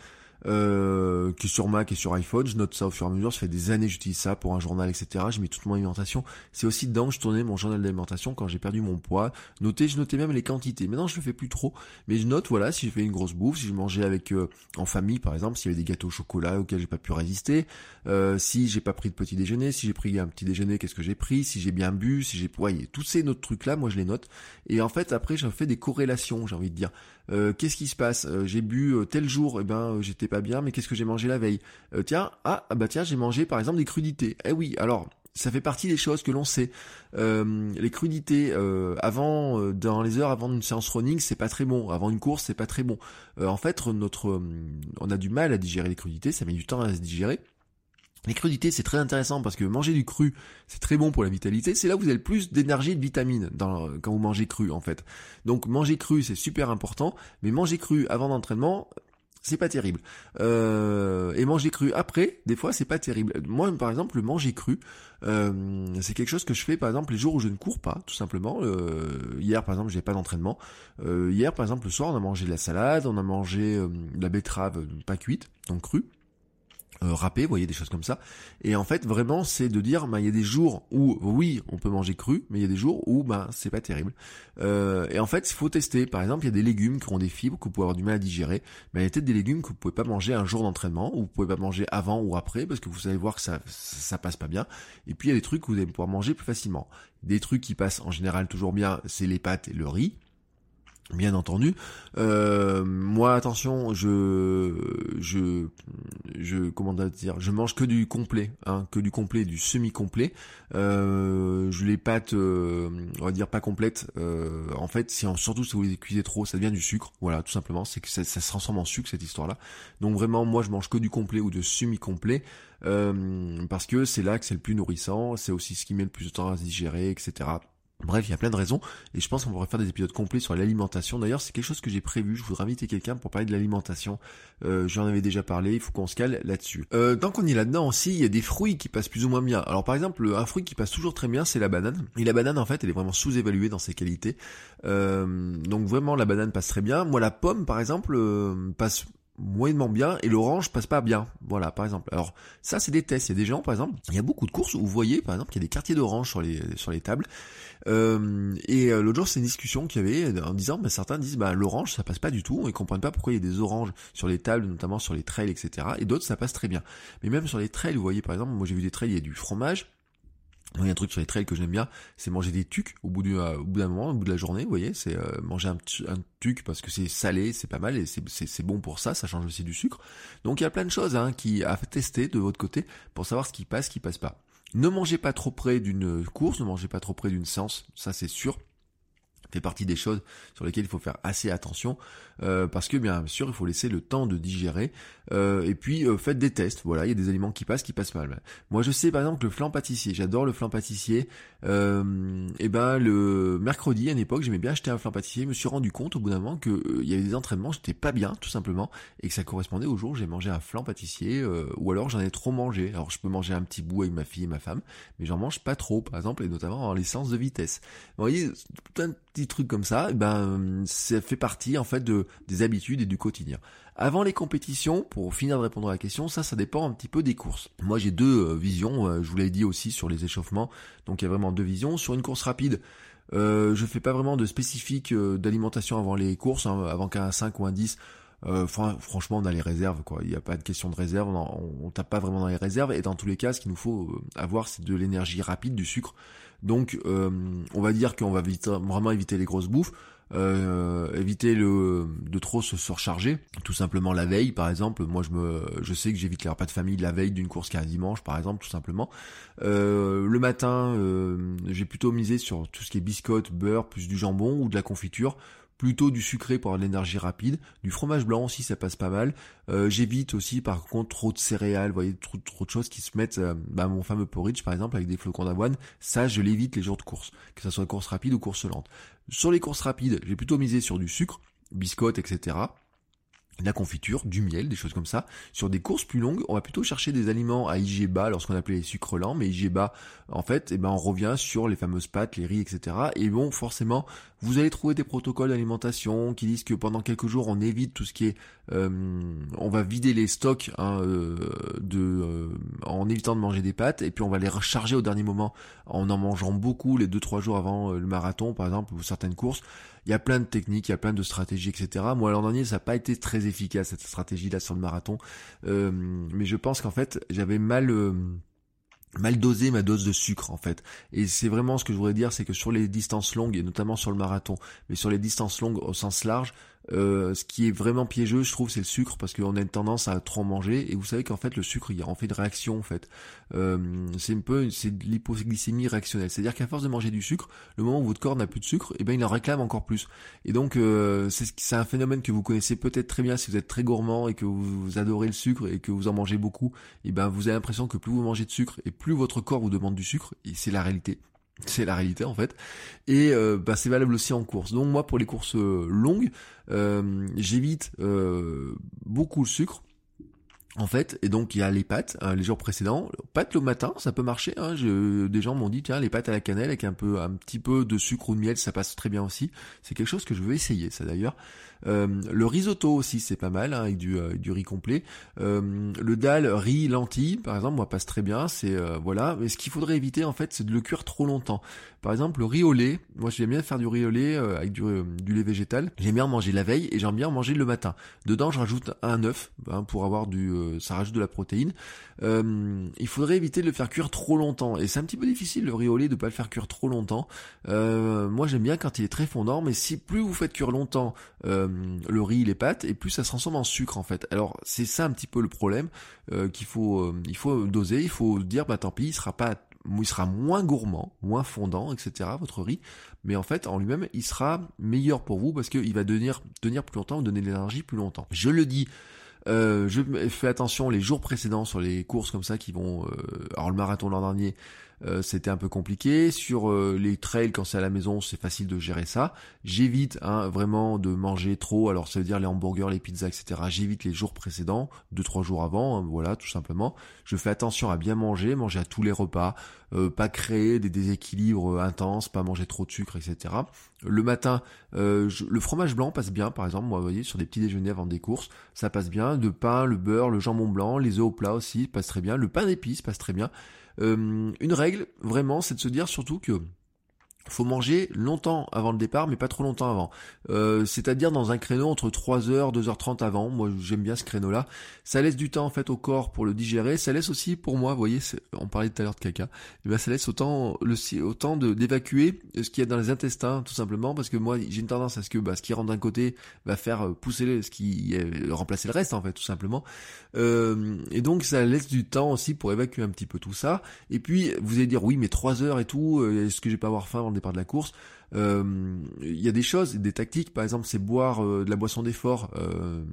Euh, qui est sur Mac et sur iPhone. Je note ça au fur et à mesure, ça fait des années que j'utilise ça pour un journal, et cetera. Je mets toute mon alimentation. C'est aussi dedans que je tournais mon journal d'alimentation quand j'ai perdu mon poids. Noter, je notais même les quantités. Maintenant, je le fais plus trop, mais je note, voilà, si j'ai fait une grosse bouffe, si je mangeais avec euh, en famille, par exemple, s'il y avait des gâteaux au chocolat auxquels j'ai pas pu résister, euh, si j'ai pas pris de petit déjeuner, si j'ai pris un petit déjeuner, qu'est-ce que j'ai pris, si j'ai bien bu, si j'ai, ouais, tous ces autres trucs-là, moi je les note. Et en fait, après, je fais des corrélations, j'ai envie de dire. Euh, qu'est-ce qui se passe? euh, J'ai bu euh, tel jour, eh ben euh, j'étais pas bien, mais qu'est-ce que j'ai mangé la veille? euh, Tiens, ah bah tiens, j'ai mangé par exemple des crudités. Eh oui, alors ça fait partie des choses que l'on sait. Euh, les crudités euh, avant, euh, dans les heures avant une séance running, c'est pas très bon. Avant une course, c'est pas très bon. Euh, en fait, notre, euh, on a du mal à digérer les crudités, ça met du temps à se digérer. Les crudités, c'est très intéressant parce que manger du cru, c'est très bon pour la vitalité. C'est là où vous avez le plus d'énergie et de vitamines dans, quand vous mangez cru, en fait. Donc, manger cru, c'est super important. Mais manger cru avant d'entraînement, c'est pas terrible. Euh, et manger cru après, des fois, c'est pas terrible. Moi, par exemple, le manger cru, euh, c'est quelque chose que je fais, par exemple, les jours où je ne cours pas, tout simplement. Euh, hier, par exemple, j'avais pas d'entraînement. Euh, hier, par exemple, le soir, on a mangé de la salade, on a mangé euh, de la betterave pas cuite, donc crue. Euh, râpé, vous voyez, des choses comme ça. Et en fait, vraiment, c'est de dire, bah, il y a des jours où, oui, on peut manger cru, mais il y a des jours où, bah, c'est pas terrible. Euh, et en fait, il faut tester. Par exemple, il y a des légumes qui ont des fibres que vous pouvez avoir du mal à digérer, mais il y a peut-être des légumes que vous pouvez pas manger un jour d'entraînement, ou vous pouvez pas manger avant ou après, parce que vous allez voir que ça, ça passe pas bien. Et puis, il y a des trucs que vous allez pouvoir manger plus facilement. Des trucs qui passent en général toujours bien, c'est les pâtes et le riz. Bien entendu, euh, moi attention, je, je, je, comment dire, je mange que du complet, hein, que du complet, du semi-complet. Euh, je les pâtes, euh, on va dire pas complètes. Euh, en fait, si surtout si vous les cuisez trop, ça devient du sucre. Voilà, tout simplement, c'est que ça, ça se transforme en sucre cette histoire-là. Donc vraiment, moi je mange que du complet ou de semi-complet. Euh, parce que c'est là que c'est le plus nourrissant, c'est aussi ce qui met le plus de temps à se digérer, et cetera. Bref, il y a plein de raisons, et je pense qu'on pourrait faire des épisodes complets sur l'alimentation. D'ailleurs, c'est quelque chose que j'ai prévu, je voudrais inviter quelqu'un pour parler de l'alimentation. Euh, j'en avais déjà parlé, il faut qu'on se cale là-dessus. Euh, tant qu'on est là-dedans aussi, il y a des fruits qui passent plus ou moins bien. Alors par exemple, un fruit qui passe toujours très bien, c'est la banane. Et la banane, en fait, elle est vraiment sous-évaluée dans ses qualités. Euh, donc vraiment, la banane passe très bien. Moi, la pomme, par exemple, euh, passe moyennement bien, et l'orange passe pas bien. Voilà, par exemple. Alors, ça, c'est des tests. Il y a des gens, par exemple, il y a beaucoup de courses où vous voyez, par exemple, qu'il y a des quartiers d'orange sur les, sur les tables. Euh, et euh, l'autre jour, c'est une discussion qu'il y avait en disant, bah, certains disent, bah, l'orange, ça passe pas du tout. Ils comprennent pas pourquoi il y a des oranges sur les tables, notamment sur les trails, et cetera. Et d'autres, ça passe très bien. Mais même sur les trails, vous voyez, par exemple, moi, j'ai vu des trails, il y a du fromage. Il y a un truc sur les trails que j'aime bien, c'est manger des tucs au bout du, euh, au bout d'un moment, au bout de la journée, vous voyez, c'est euh, manger un, un tuc parce que c'est salé, c'est pas mal et c'est, c'est, c'est bon pour ça, ça change aussi du sucre. Donc il y a plein de choses hein, qui à tester de votre côté pour savoir ce qui passe, ce qui passe pas. Ne mangez pas trop près d'une course, ne mangez pas trop près d'une séance, ça c'est sûr. Fait partie des choses sur lesquelles il faut faire assez attention euh, parce que bien sûr il faut laisser le temps de digérer euh, et puis euh, faites des tests. Voilà, il y a des aliments qui passent, qui passent mal. Moi je sais par exemple que le flan pâtissier, j'adore le flan pâtissier. Euh, et ben le mercredi à une époque j'aimais bien acheter un flan pâtissier. Je me suis rendu compte au bout d'un moment que euh, il y avait des entraînements, j'étais pas bien tout simplement et que ça correspondait au jour où j'ai mangé un flan pâtissier euh, ou alors j'en ai trop mangé. Alors je peux manger un petit bout avec ma fille et ma femme, mais j'en mange pas trop par exemple et notamment dans les séances de vitesse. Vous voyez, plein de petits trucs comme ça, et ben ça fait partie en fait de des habitudes et du quotidien. Avant les compétitions, pour finir de répondre à la question, ça ça dépend un petit peu des courses. Moi j'ai deux euh, visions, euh, je vous l'ai dit aussi sur les échauffements, donc il y a vraiment deux visions. Sur une course rapide, euh, je fais pas vraiment de spécifique euh, d'alimentation avant les courses, hein, avant qu'un cinq ou un dix. Euh, fr- franchement on a les réserves quoi, il n'y a pas de question de réserve, on, on, on tape pas vraiment dans les réserves et dans tous les cas ce qu'il nous faut avoir c'est de l'énergie rapide, du sucre. Donc euh, on va dire qu'on va vite, vraiment éviter les grosses bouffes, euh, éviter le de trop se surcharger, tout simplement la veille par exemple. Moi je me je sais que j'évite les repas de famille la veille d'une course qui est un dimanche par exemple, tout simplement. Euh, le matin euh, j'ai plutôt misé sur tout ce qui est biscottes, beurre, plus du jambon ou de la confiture. Plutôt du sucré pour avoir de l'énergie rapide, du fromage blanc aussi ça passe pas mal. Euh, j'évite aussi par contre trop de céréales, vous voyez, trop, trop de choses qui se mettent, euh, bah, mon fameux porridge par exemple avec des flocons d'avoine, ça je l'évite les jours de course, que ça soit course rapide ou course lente. Sur les courses rapides, j'ai plutôt misé sur du sucre, biscottes, et cetera. De la confiture, du miel, des choses comme ça. Sur des courses plus longues, on va plutôt chercher des aliments à I G bas, lorsqu'on appelait les sucres lents, mais I G bas, en fait, eh ben, on revient sur les fameuses pâtes, les riz, et cetera. Et bon, forcément, vous allez trouver des protocoles d'alimentation qui disent que pendant quelques jours, on évite tout ce qui est, euh, on va vider les stocks, hein, euh, de, euh, en évitant de manger des pâtes, et puis on va les recharger au dernier moment en en mangeant beaucoup les deux trois jours avant le marathon, par exemple, ou certaines courses. Il y a plein de techniques, il y a plein de stratégies, et cetera. Moi, l'an dernier, ça n'a pas été très efficace, cette stratégie-là sur le marathon. Euh, mais je pense qu'en fait, j'avais mal... Euh, mal dosé ma dose de sucre en fait, et c'est vraiment ce que je voudrais dire, c'est que sur les distances longues et notamment sur le marathon, mais sur les distances longues au sens large, euh, ce qui est vraiment piégeux je trouve c'est le sucre, parce qu'on a une tendance à trop en manger, et vous savez qu'en fait le sucre il en fait une réaction en fait, euh, c'est un peu c'est de l'hypoglycémie réactionnelle, c'est-à-dire qu'à force de manger du sucre, le moment où votre corps n'a plus de sucre, et ben il en réclame encore plus, et donc euh, c'est, c'est un phénomène que vous connaissez peut-être très bien si vous êtes très gourmand et que vous, vous adorez le sucre et que vous en mangez beaucoup, et ben vous avez l'impression que plus vous mangez de sucre et plus votre corps vous demande du sucre, et c'est la réalité. C'est la réalité en fait. Et euh, bah, c'est valable aussi en course. Donc moi pour les courses euh, longues, euh, j'évite euh, beaucoup le sucre. En fait, et donc il y a les pâtes, hein, les jours précédents, pâtes le matin, ça peut marcher, hein, je, des gens m'ont dit tiens les pâtes à la cannelle avec un peu un petit peu de sucre ou de miel, ça passe très bien aussi. C'est quelque chose que je veux essayer ça d'ailleurs. Euh, le risotto aussi c'est pas mal, hein, avec du, euh, du riz complet. Euh, le dal riz lentilles par exemple moi passe très bien, c'est euh, voilà. Mais ce qu'il faudrait éviter en fait c'est de le cuire trop longtemps. Par exemple le riz au lait, moi j'aime bien faire du riz au lait euh, avec du, euh, du lait végétal. J'aime bien en manger la veille et j'aime bien en manger le matin. Dedans je rajoute un œuf hein, pour avoir du euh, ça rajoute de la protéine. Euh, il faudrait éviter de le faire cuire trop longtemps, et c'est un petit peu difficile le riz au lait de pas le faire cuire trop longtemps. Euh, moi j'aime bien quand il est très fondant, mais si plus vous faites cuire longtemps euh, le riz, les pâtes, et plus ça se transforme en sucre en fait. Alors c'est ça un petit peu le problème euh, qu'il faut, euh, il faut doser, il faut dire bah tant pis, il sera pas il sera moins gourmand, moins fondant, et cetera, votre riz, mais en fait, en lui-même, il sera meilleur pour vous parce qu'il va tenir, tenir plus longtemps, donner de l'énergie plus longtemps. Je le dis, euh, je fais attention les jours précédents sur les courses comme ça qui vont... Euh, alors le marathon l'an dernier, euh, c'était un peu compliqué. Sur euh, les trails, quand c'est à la maison, c'est facile de gérer ça. J'évite hein, vraiment de manger trop, alors ça veut dire les hamburgers, les pizzas, et cetera. J'évite les jours précédents, deux trois jours avant, hein, voilà, tout simplement. Je fais attention à bien manger, manger à tous les repas, euh, pas créer des déséquilibres intenses, pas manger trop de sucre, et cetera. Le matin, euh, je, le fromage blanc passe bien, par exemple, moi, vous voyez, sur des petits déjeuners avant des courses, ça passe bien. Le pain, le beurre, le jambon blanc, les œufs au plat aussi, passe très bien. Le pain d'épices passe très bien. Euh, une règle, vraiment, c'est de se dire surtout que faut manger longtemps avant le départ, mais pas trop longtemps avant. Euh, c'est-à-dire dans un créneau entre trois heures, deux heures trente avant. Moi, j'aime bien ce créneau-là. Ça laisse du temps, en fait, au corps pour le digérer. Ça laisse aussi, pour moi, vous voyez, on parlait tout à l'heure de caca, et ben, ça laisse autant, le, autant de, d'évacuer ce qu'il y a dans les intestins, tout simplement, parce que moi, j'ai une tendance à ce que, bah, ce qui rentre d'un côté va faire pousser ce qui, euh, remplacer le reste, en fait, tout simplement. Euh, et donc, ça laisse du temps aussi pour évacuer un petit peu tout ça. Et puis, vous allez dire, oui, mais trois heures et tout, est-ce que j'ai pas avoir faim avant le départ de la course? Euh, il y a des choses, des tactiques, par exemple, c'est boire euh, de la boisson d'effort euh,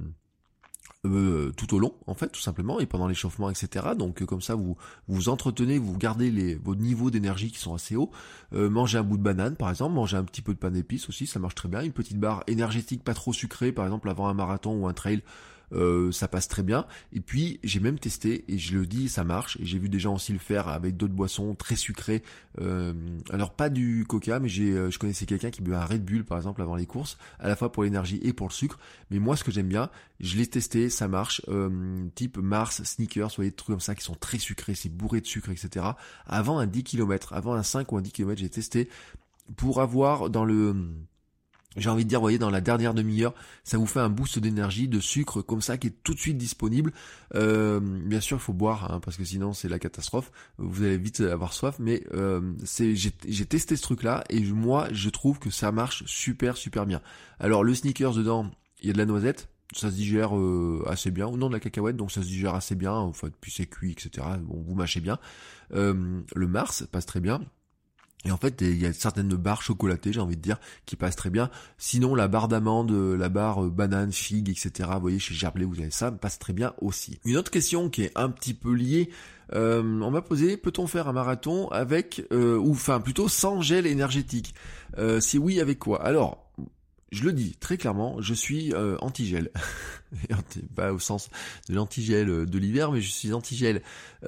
euh, tout au long, en fait, tout simplement, et pendant l'échauffement, et cetera. Donc, euh, comme ça, vous vous entretenez, vous gardez les, vos niveaux d'énergie qui sont assez hauts. Euh, mangez un bout de banane, par exemple, mangez un petit peu de pain d'épices aussi, ça marche très bien. Une petite barre énergétique, pas trop sucrée, par exemple, avant un marathon ou un trail. Euh, ça passe très bien. Et puis j'ai même testé, et je le dis, ça marche, et j'ai vu des gens aussi le faire avec d'autres boissons très sucrées, euh, alors pas du coca, mais j'ai, euh, je connaissais quelqu'un qui buvait un Red Bull par exemple avant les courses, à la fois pour l'énergie et pour le sucre. Mais moi ce que j'aime bien, je l'ai testé, ça marche, euh, type Mars, Snickers, vous voyez, des trucs comme ça qui sont très sucrés, c'est bourré de sucre, et cetera. Avant un dix kilomètres, avant un cinq ou un dix kilomètres, j'ai testé pour avoir dans le... J'ai envie de dire, vous voyez, dans la dernière demi-heure, ça vous fait un boost d'énergie, de sucre comme ça, qui est tout de suite disponible. Euh, bien sûr, il faut boire, hein, parce que sinon c'est la catastrophe. Vous allez vite avoir soif, mais euh, c'est, j'ai, j'ai testé ce truc-là, et moi, je trouve que ça marche super, super bien. Alors, le Snickers, dedans, il y a de la noisette, ça se digère euh, assez bien, ou non de la cacahuète, donc ça se digère assez bien, enfin, puis c'est cuit, et cetera. Bon, vous mâchez bien. Euh, le Mars passe très bien. Et en fait, il y a certaines barres chocolatées, j'ai envie de dire, qui passent très bien. Sinon, la barre d'amande, la barre banane, figue, et cetera. Vous voyez, chez Gerblé, vous avez ça, passe très bien aussi. Une autre question qui est un petit peu liée, euh, on m'a posé, peut-on faire un marathon avec, euh, ou enfin plutôt sans gel énergétique? euh, Si oui, avec quoi? Alors, je le dis très clairement, je suis euh, anti-gel. Pas au sens de l'anti-gel de l'hiver, mais je suis anti-gel.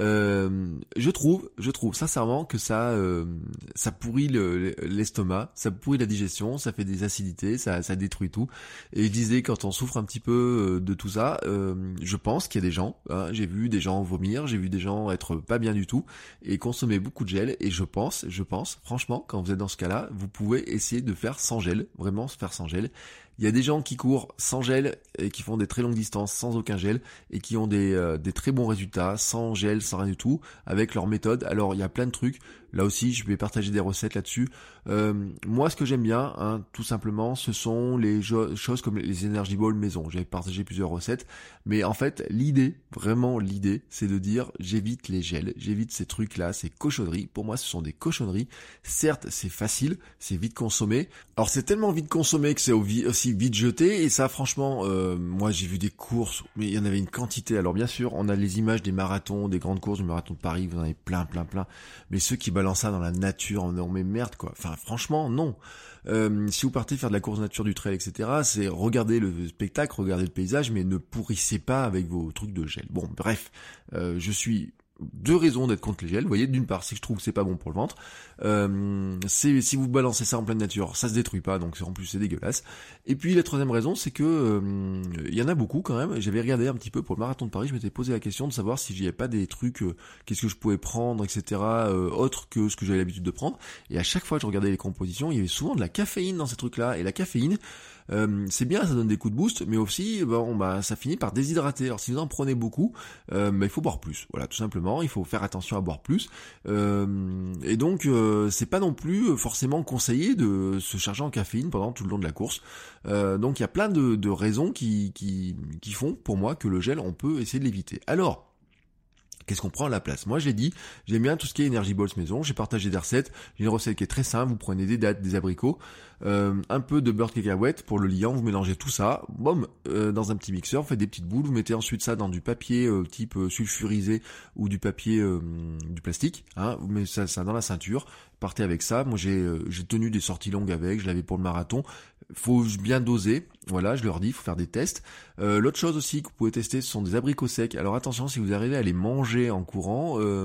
Euh, je trouve, je trouve sincèrement que ça, euh, ça pourrit le, l'estomac, ça pourrit la digestion, ça fait des acidités, ça, ça détruit tout. Et je disais, quand on souffre un petit peu de tout ça, euh, je pense qu'il y a des gens, hein, j'ai vu des gens vomir, j'ai vu des gens être pas bien du tout et consommer beaucoup de gel. Et je pense, je pense, franchement, quand vous êtes dans ce cas-là, vous pouvez essayer de faire sans gel, vraiment se faire sans gel. Il y a des gens qui courent sans gel et qui font des très longues distances sans aucun gel et qui ont des, euh, des très bons résultats sans gel, sans rien du tout, avec leur méthode. Alors il y a plein de trucs. Là aussi, je vais partager des recettes là-dessus. Euh, moi, ce que j'aime bien, hein, tout simplement, ce sont les jo- choses comme les Energy Balls maison. J'ai partagé plusieurs recettes, mais en fait, l'idée, vraiment l'idée, c'est de dire j'évite les gels, j'évite ces trucs-là, ces cochonneries. Pour moi, ce sont des cochonneries. Certes, c'est facile, c'est vite consommé. Alors, c'est tellement vite consommé que c'est aussi vite jeté. Et ça, franchement, euh, moi, j'ai vu des courses, mais il y en avait une quantité. Alors, bien sûr, on a les images des marathons, des grandes courses, du marathon de Paris, vous en avez plein, plein, plein. Mais ceux qui balance ça dans la nature, on met merde quoi. Enfin franchement non. Euh, si vous partez faire de la course nature, du trail, et cetera, c'est regarder le spectacle, regarder le paysage, mais ne pourrissez pas avec vos trucs de gel. Bon bref, euh, je suis deux raisons d'être contre les gels. Vous voyez, d'une part, c'est que je trouve que c'est pas bon pour le ventre. Euh, c'est si vous balancez ça en pleine nature, ça se détruit pas, donc en plus c'est dégueulasse. Et puis la troisième raison, c'est que euh, il y en a beaucoup quand même. J'avais regardé un petit peu pour le marathon de Paris, je m'étais posé la question de savoir si j'y avais pas des trucs, euh, qu'est-ce que je pouvais prendre, et cetera. Euh, autre que ce que j'avais l'habitude de prendre. Et à chaque fois que je regardais les compositions, il y avait souvent de la caféine dans ces trucs-là. Et la caféine, Euh, c'est bien, ça donne des coups de boost, mais aussi bon bah ça finit par déshydrater. Alors si vous en prenez beaucoup, euh, bah, il faut boire plus. Voilà, tout simplement, il faut faire attention à boire plus. Euh, et donc euh, c'est pas non plus forcément conseillé de se charger en caféine pendant tout le long de la course. Euh, donc il y a plein de, de raisons qui, qui qui font pour moi que le gel on peut essayer de l'éviter. Alors qu'est-ce qu'on prend à la place? Moi, j'ai dit, j'aime bien tout ce qui est Energy Balls maison. J'ai partagé des recettes. J'ai une recette qui est très simple. Vous prenez des dattes, des abricots, euh, un peu de beurre de cacahuète pour le liant. Vous mélangez tout ça, boum, euh, dans un petit mixeur. Vous faites des petites boules. Vous mettez ensuite ça dans du papier euh, type euh, sulfurisé ou du papier euh, du plastique. Hein. Vous mettez ça, ça dans la ceinture. Partez avec ça. Moi, j'ai euh, j'ai tenu des sorties longues avec. Je l'avais pour le marathon. Faut bien doser. Voilà, je leur dis, il faut faire des tests. Euh, l'autre chose aussi que vous pouvez tester, ce sont des abricots secs. Alors attention, si vous arrivez à les manger en courant, euh,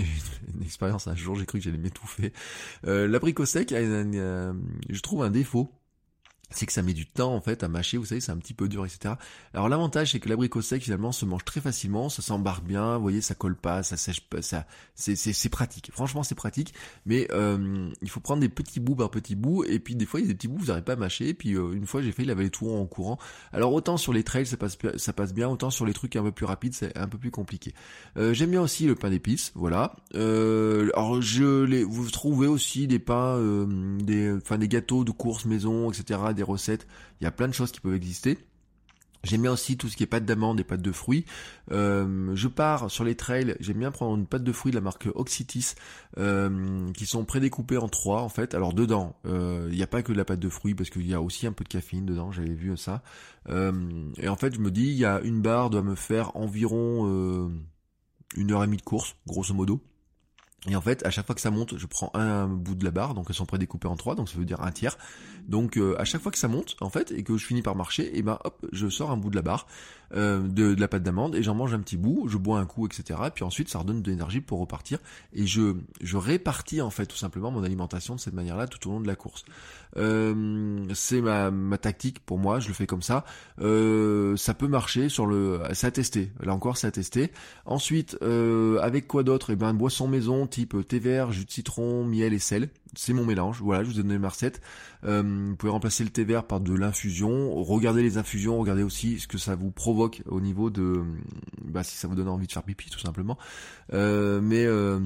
une expérience un jour, j'ai cru que j'allais m'étouffer. Euh, l'abricot sec a, une, une, je trouve un défaut. C'est que ça met du temps en fait à mâcher, vous savez, c'est un petit peu dur, et cetera. Alors l'avantage c'est que l'abricot sec finalement se mange très facilement, ça s'embarque bien, vous voyez, ça colle pas, ça sèche pas, ça, c'est c'est c'est pratique. Franchement c'est pratique, mais euh, il faut prendre des petits bouts par petits bouts, et puis des fois il y a des petits bouts vous n'arrivez pas à mâcher, et puis euh, une fois j'ai failli laver les tout en courant. Alors autant sur les trails ça passe ça passe bien, autant sur les trucs un peu plus rapides c'est un peu plus compliqué. Euh, j'aime bien aussi le pain d'épices, voilà. Euh, alors je les, vous trouvez aussi des pains, euh, des, enfin des gâteaux de course maison, et cetera. Des recettes, il y a plein de choses qui peuvent exister. J'aime bien aussi tout ce qui est pâte d'amande et pâte de fruits. Euh, je pars sur les trails, j'aime bien prendre une pâte de fruits de la marque Oxytis, euh, qui sont prédécoupées en trois en fait. Alors dedans, euh, il n'y a pas que de la pâte de fruits parce qu'il y a aussi un peu de caféine dedans, j'avais vu ça. Euh, et en fait, je me dis, il y a une barre doit me faire environ euh, une heure et demie de course, grosso modo. Et en fait, à chaque fois que ça monte, je prends un bout de la barre, donc elles sont prédécoupées en trois, donc ça veut dire un tiers. Donc euh, à chaque fois que ça monte, en fait, et que je finis par marcher, et ben hop, je sors un bout de la barre, euh, de, de la pâte d'amande, et j'en mange un petit bout, je bois un coup, et cetera. Et puis ensuite, ça redonne de l'énergie pour repartir. Et je, je répartis en fait tout simplement mon alimentation de cette manière-là tout au long de la course. Euh, c'est ma, ma tactique pour moi, je le fais comme ça. Euh, ça peut marcher sur le, c'est à tester. Là encore, c'est à tester. Ensuite, euh, avec quoi d'autre? Et ben boisson maison type thé vert, jus de citron, miel et sel. C'est mon mélange. Voilà, je vous ai donné ma recette. Euh, vous pouvez remplacer le thé vert par de l'infusion. Regardez les infusions, regardez aussi ce que ça vous provoque au niveau de, bah si ça vous donne envie de faire pipi tout simplement. Euh, mais euh,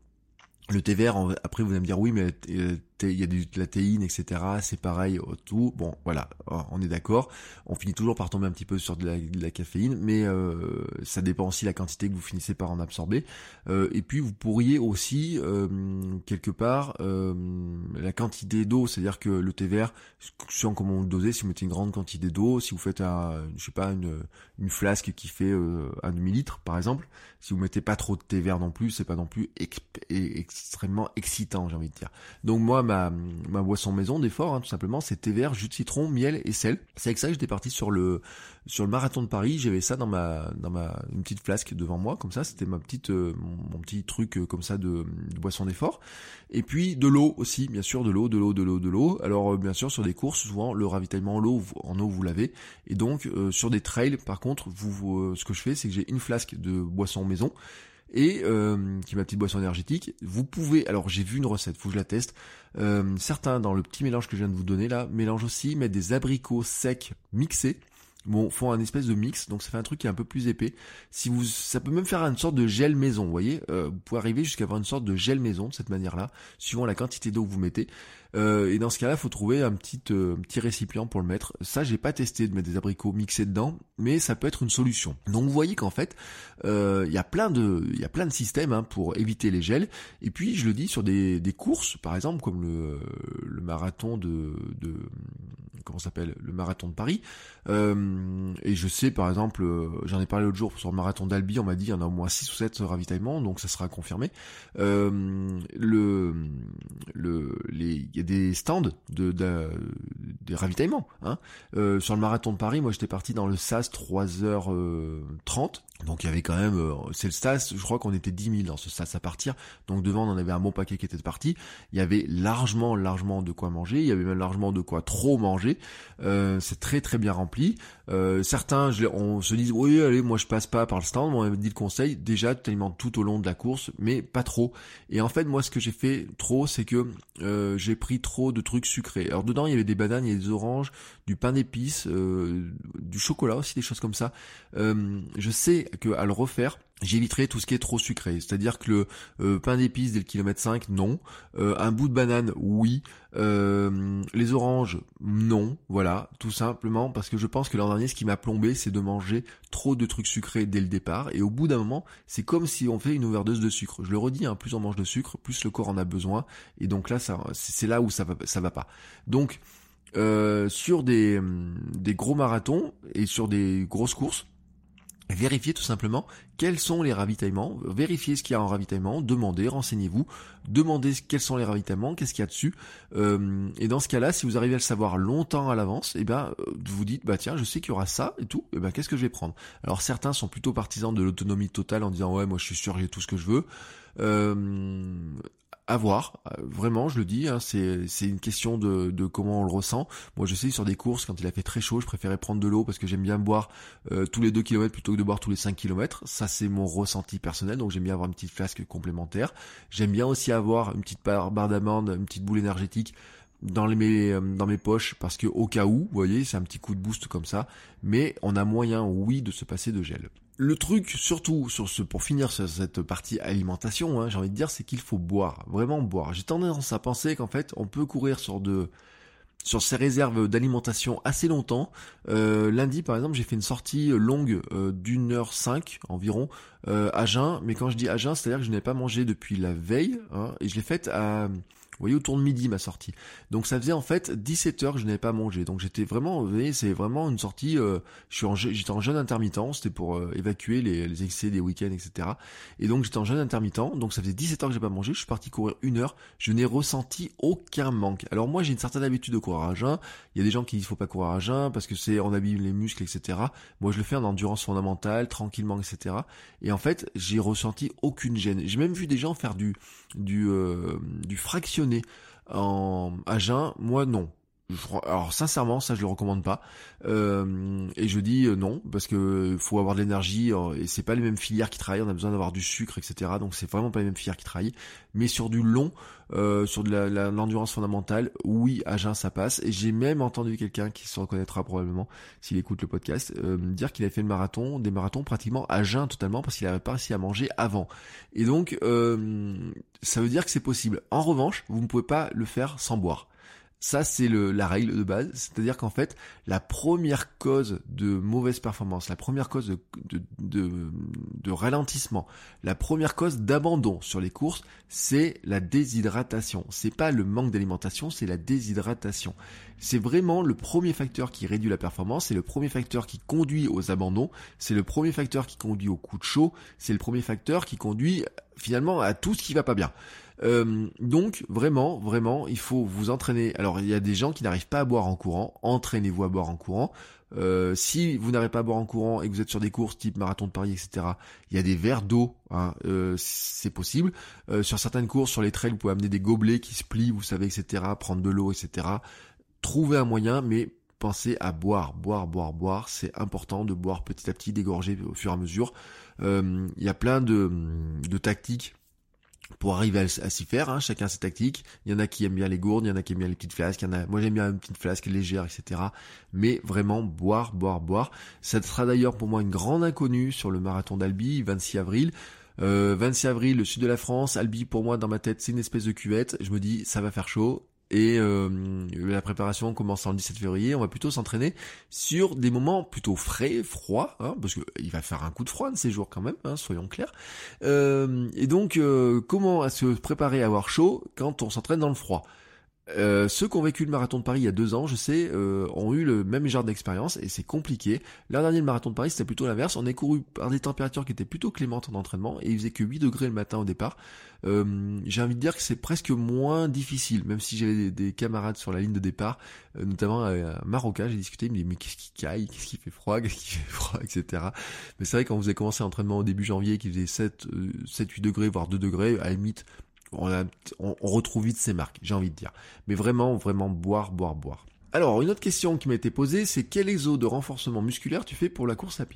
le thé vert, après vous allez me dire oui mais il y a de la théine, et cetera. C'est pareil, tout. Bon, voilà, on est d'accord. On finit toujours par tomber un petit peu sur de la, de la caféine, mais euh, ça dépend aussi de la quantité que vous finissez par en absorber. Euh, et puis vous pourriez aussi euh, quelque part euh, la quantité d'eau, c'est-à-dire que le thé vert, selon comment vous le dosez, si vous mettez une grande quantité d'eau, si vous faites un, je sais pas, une, une flasque qui fait euh, un demi-litre par exemple, si vous mettez pas trop de thé vert non plus, c'est pas non plus ex- extrêmement excitant, j'ai envie de dire. Donc moi, ma Ma, ma boisson maison d'effort, hein, tout simplement, c'est thé vert, jus de citron, miel et sel. C'est avec ça que j'étais parti sur le sur le marathon de Paris. J'avais ça dans ma dans ma une petite flasque devant moi, comme ça. C'était ma petite euh, mon, mon petit truc euh, comme ça de, de boisson d'effort. Et puis de l'eau aussi, bien sûr, de l'eau, de l'eau, de l'eau, de l'eau. Alors euh, bien sûr sur des courses, souvent le ravitaillement en eau, en eau vous l'avez. Et donc euh, sur des trails, par contre, vous, vous euh, ce que je fais, c'est que j'ai une flasque de boisson maison. Et euh, qui est ma petite boisson énergétique. Vous pouvez, alors j'ai vu une recette, faut que je la teste. Euh, certains dans le petit mélange que je viens de vous donner là, mélangent aussi, mettent des abricots secs mixés. Bon, font un espèce de mix, donc ça fait un truc qui est un peu plus épais. Si vous, ça peut même faire une sorte de gel maison, vous voyez. Euh, vous pouvez arriver jusqu'à avoir une sorte de gel maison de cette manière-là, suivant la quantité d'eau que vous mettez. Euh, et dans ce cas-là, il faut trouver un petit euh, petit récipient pour le mettre. Ça, j'ai pas testé de mettre des abricots mixés dedans, mais ça peut être une solution. Donc vous voyez qu'en fait, il euh, y a plein de il y a plein de systèmes hein, pour éviter les gels. Et puis je le dis sur des des courses, par exemple comme le le marathon de de comment ça s'appelle le marathon de Paris. Euh, et je sais par exemple, euh, j'en ai parlé l'autre jour sur le marathon d'Albi, on m'a dit il y en a au moins six ou sept ravitaillements, donc ça sera confirmé. Euh, le le les il y a des stands de, de des ravitaillements hein. Euh, sur le marathon de Paris, moi j'étais parti dans le S A S trois heures trente. Donc il y avait quand même, euh, c'est le S A S, je crois qu'on était dix mille dans ce S A S à partir, donc devant on en avait un bon paquet qui était parti, il y avait largement, largement de quoi manger, il y avait même largement de quoi trop manger, euh, c'est très très bien rempli, euh, certains, je, on se dit, oui allez, moi je passe pas par le stand, on m'a dit le conseil, déjà tu t'alimentes tout au long de la course, mais pas trop, et en fait moi ce que j'ai fait trop, c'est que euh, j'ai pris trop de trucs sucrés, alors dedans il y avait des bananes, il y il y a des oranges, du pain d'épices, euh, du chocolat aussi, des choses comme ça. Euh, je sais que à le refaire, j'éviterai tout ce qui est trop sucré. C'est-à-dire que le euh, pain d'épices dès le kilomètre cinq, non. Euh, un bout de banane, oui. Euh, les oranges, non. Voilà, tout simplement parce que je pense que l'an dernier, ce qui m'a plombé, c'est de manger trop de trucs sucrés dès le départ. Et au bout d'un moment, c'est comme si on fait une overdose de sucre. Je le redis, hein, plus on mange de sucre, plus le corps en a besoin. Et donc là, ça, c'est là où ça va, ça va pas. Donc, euh, sur des, des gros marathons et sur des grosses courses, vérifiez tout simplement quels sont les ravitaillements, vérifiez ce qu'il y a en ravitaillement, demandez, renseignez-vous, demandez quels sont les ravitaillements, qu'est-ce qu'il y a dessus, euh, et dans ce cas-là, si vous arrivez à le savoir longtemps à l'avance, et ben vous dites bah tiens, je sais qu'il y aura ça et tout, et ben qu'est-ce que je vais prendre. Alors certains sont plutôt partisans de l'autonomie totale en disant ouais moi je suis sûr j'ai tout ce que je veux. Euh, à voir, vraiment je le dis, hein, c'est c'est une question de, de comment on le ressent. Moi je sais sur des courses quand il a fait très chaud, je préférais prendre de l'eau parce que j'aime bien boire euh, tous les deux kilomètres plutôt que de boire tous les cinq kilomètres. Ça c'est mon ressenti personnel, donc j'aime bien avoir une petite flasque complémentaire. J'aime bien aussi avoir une petite barre, barre d'amande, une petite boule énergétique dans les, mes, dans mes poches parce que au cas où, vous voyez, c'est un petit coup de boost comme ça, mais on a moyen, oui, de se passer de gel. Le truc, surtout, sur ce, pour finir sur cette partie alimentation, hein, j'ai envie de dire, c'est qu'il faut boire, vraiment boire. J'ai tendance à penser qu'en fait, on peut courir sur de, sur ces réserves d'alimentation assez longtemps. Euh, lundi, par exemple, j'ai fait une sortie longue euh, d'une heure cinq environ euh, à jeun, mais quand je dis à jeun, c'est-à-dire que je n'avais pas mangé depuis la veille, hein, et je l'ai faite à... Vous voyez, autour de midi, ma sortie. Donc ça faisait en fait dix-sept heures que je n'avais pas mangé. Donc j'étais vraiment, vous voyez, c'est vraiment une sortie, euh, je suis en, j'étais en jeûne intermittent, c'était pour euh, évacuer les, les excès des week-ends, et cetera. Et donc j'étais en jeûne intermittent, donc ça faisait dix-sept heures que j'ai pas mangé, je suis parti courir une heure, je n'ai ressenti aucun manque. Alors moi j'ai une certaine habitude de courir à jeun, il y a des gens qui disent qu'il faut pas courir à jeun parce que c'est, on abîme les muscles, et cetera. Moi je le fais en endurance fondamentale, tranquillement, et cetera. Et en fait, j'ai ressenti aucune gêne. J'ai même vu des gens faire du, du, euh, du fractionné en à jeun. Moi non. Alors sincèrement, ça je le recommande pas. Euh, et je dis euh, non parce que faut avoir de l'énergie euh, et c'est pas les mêmes filières qui travaillent. On a besoin d'avoir du sucre, et cetera. Donc c'est vraiment pas les mêmes filières qui travaillent. Mais sur du long, euh, sur de la, la, l'endurance fondamentale, oui, à jeun ça passe. Et j'ai même entendu quelqu'un qui se reconnaîtra probablement s'il écoute le podcast euh, dire qu'il avait fait le marathon, des marathons pratiquement à jeun totalement parce qu'il avait pas réussi à manger avant. Et donc euh, ça veut dire que c'est possible. En revanche, vous ne pouvez pas le faire sans boire. Ça, c'est le, la règle de base. C'est-à-dire qu'en fait, la première cause de mauvaise performance, la première cause de, de, de, de ralentissement, la première cause d'abandon sur les courses, c'est la déshydratation. C'est pas le manque d'alimentation, c'est la déshydratation. C'est vraiment le premier facteur qui réduit la performance, c'est le premier facteur qui conduit aux abandons, c'est le premier facteur qui conduit aux coups de chaud, c'est le premier facteur qui conduit finalement à tout ce qui va pas bien. Euh, donc vraiment, vraiment, il faut vous entraîner. Alors il y a des gens qui n'arrivent pas à boire en courant, entraînez-vous à boire en courant. Euh, si vous n'arrivez pas à boire en courant et que vous êtes sur des courses type marathon de Paris, et cetera, il y a des verres d'eau, hein, euh, c'est possible. Euh, sur certaines courses, sur les trails, vous pouvez amener des gobelets qui se plient, vous savez, et cetera, prendre de l'eau, et cetera. Trouvez un moyen, mais pensez à boire, boire, boire, boire. C'est important de boire petit à petit, d'égorger au fur et à mesure. Euh, il y a plein de, de tactiques pour arriver à, à s'y faire, hein, chacun ses tactiques. Il y en a qui aiment bien les gourdes, il y en a qui aiment bien les petites flasques, il y en a, moi j'aime bien une petite flasque légère, et cetera. Mais vraiment boire, boire, boire. Ça sera d'ailleurs pour moi une grande inconnue sur le marathon d'Albi, vingt-six avril. Euh, vingt-six avril, le sud de la France. Albi pour moi dans ma tête c'est une espèce de cuvette. Je me dis ça va faire chaud. Et euh, la préparation commence le dix-sept février, on va plutôt s'entraîner sur des moments plutôt frais, froids, hein, parce que il va faire un coup de froid de ces jours quand même, hein, soyons clairs. Euh, et donc, euh, comment se préparer à avoir chaud quand on s'entraîne dans le froid ? Euh, ceux qui ont vécu le marathon de Paris il y a deux ans, je sais, euh, ont eu le même genre d'expérience et c'est compliqué. L'an dernier, le marathon de Paris, c'était plutôt l'inverse. On est couru par des températures qui étaient plutôt clémentes en entraînement et il faisait que huit degrés le matin au départ. Euh, j'ai envie de dire que c'est presque moins difficile, même si j'avais des, des camarades sur la ligne de départ, euh, notamment un Marocain, j'ai discuté, il me dit mais qu'est-ce qui caille, qu'est-ce qui fait froid, qu'est-ce qui fait froid, et cetera. Mais c'est vrai quand vous avez commencé l'entraînement au début janvier, qui faisait sept, huit degrés, voire deux degrés, à la limite, On, a, on, on retrouve vite ces marques, j'ai envie de dire. Mais vraiment, vraiment boire, boire, boire. Alors, une autre question qui m'a été posée, c'est quel exo de renforcement musculaire tu fais pour la course à pied ?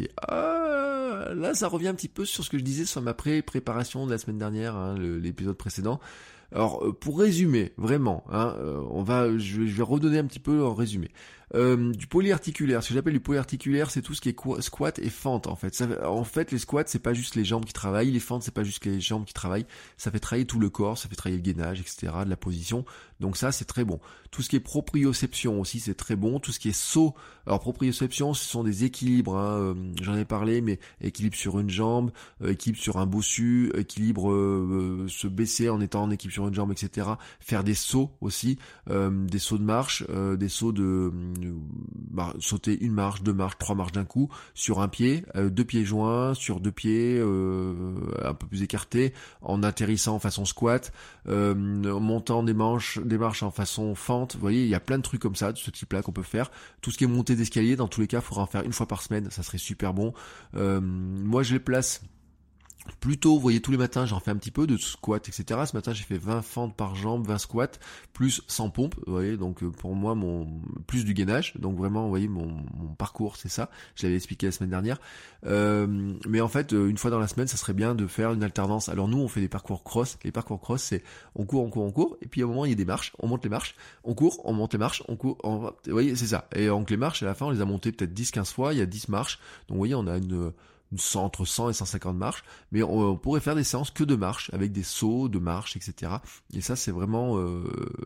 Ah, là, ça revient un petit peu sur ce que je disais sur ma pré-préparation de la semaine dernière, hein, le, l'épisode précédent. Alors pour résumer, vraiment, hein, euh, on va, je vais, je vais redonner un petit peu en résumé. Euh, du polyarticulaire, ce que j'appelle du polyarticulaire, c'est tout ce qui est squat et fente en fait. Ça, en fait, les squats, c'est pas juste les jambes qui travaillent, les fentes, c'est pas juste les jambes qui travaillent. Ça fait travailler tout le corps, ça fait travailler le gainage, et cetera, de la position. Donc ça, c'est très bon. Tout ce qui est proprioception aussi, c'est très bon. Tout ce qui est saut, alors proprioception, ce sont des équilibres. Hein, euh, j'en ai parlé, mais équilibre sur une jambe, euh, équilibre sur un bossu, équilibre euh, euh, se baisser en étant en équilibre sur une jambe, et cetera. Faire des sauts aussi, euh, des sauts de marche, euh, des sauts de Bah, sauter une marche, deux marches, trois marches d'un coup, sur un pied, euh, deux pieds joints, sur deux pieds euh, un peu plus écartés, en atterrissant en façon squat, euh, en montant des manches, des marches en façon fente. Vous voyez, il y a plein de trucs comme ça, de ce type-là qu'on peut faire. Tout ce qui est montée d'escalier, dans tous les cas, il faudra en faire une fois par semaine, ça serait super bon. Euh, moi, je les place plutôt, vous voyez, tous les matins, j'en fais un petit peu de squat, et cetera. Ce matin, j'ai fait vingt fentes par jambe, vingt squats, plus cent pompes, vous voyez, donc pour moi, mon plus du gainage. Donc vraiment, vous voyez, mon, mon parcours, c'est ça. Je l'avais expliqué la semaine dernière. Euh, mais en fait, une fois dans la semaine, ça serait bien de faire une alternance. Alors nous, on fait des parcours cross. Les parcours cross, c'est on court, on court, on court, et puis à un moment, il y a des marches, on monte les marches, on court, on monte les marches, on court, on... vous voyez, c'est ça. Et donc les marches, à la fin, on les a montées peut-être dix quinze fois, il y a dix marches. Donc vous voyez, on a une... entre cent et cent cinquante marches, mais on, on pourrait faire des séances que de marches, avec des sauts de marches, et cetera. Et ça, c'est vraiment euh,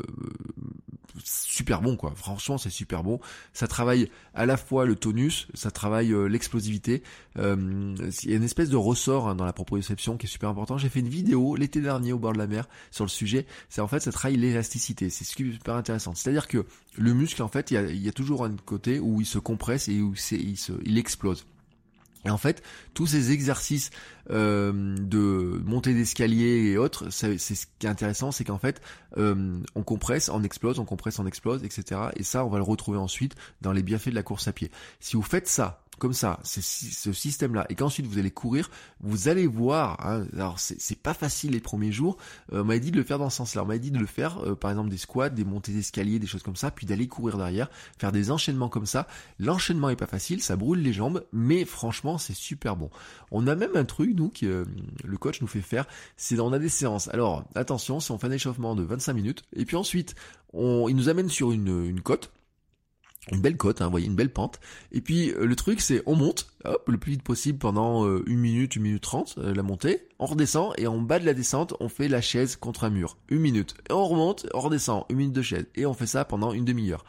super bon, quoi. Franchement, c'est super bon. Ça travaille à la fois le tonus, ça travaille euh, l'explosivité. Euh, il y a une espèce de ressort hein, dans la proprioception qui est super important. J'ai fait une vidéo l'été dernier au bord de la mer sur le sujet. C'est en fait, ça travaille l'élasticité. C'est super intéressant. C'est-à-dire que le muscle, en fait, il y a, il y a toujours un côté où il se compresse et où c'est, il, se, il explose. Et en fait, tous ces exercices euh, de montée d'escalier et autres, c'est, c'est ce qui est intéressant, c'est qu'en fait, euh, on compresse, on explose, on compresse, on explose, et cetera. Et ça, on va le retrouver ensuite dans les bienfaits de la course à pied. Si vous faites ça, comme ça, c'est ce système-là, et qu'ensuite vous allez courir, vous allez voir, hein, alors c'est, c'est pas facile les premiers jours, euh, on m'a dit de le faire dans ce sens-là, on m'a dit de le faire, euh, par exemple des squats, des montées d'escalier, des choses comme ça, puis d'aller courir derrière, faire des enchaînements comme ça. L'enchaînement est pas facile, ça brûle les jambes, mais franchement c'est super bon. On a même un truc, nous, que euh, le coach nous fait faire, c'est on a des séances. Alors attention, si on fait un échauffement de vingt-cinq minutes, et puis ensuite, on, il nous amène sur une, une côte, une belle côte, hein, vous voyez, une belle pente. Et puis euh, le truc c'est on monte, hop, le plus vite possible pendant euh, une minute, une minute trente, euh, la montée, on redescend et en bas de la descente, on fait la chaise contre un mur. Une minute. Et on remonte, on redescend, une minute de chaise. Et on fait ça pendant une demi-heure.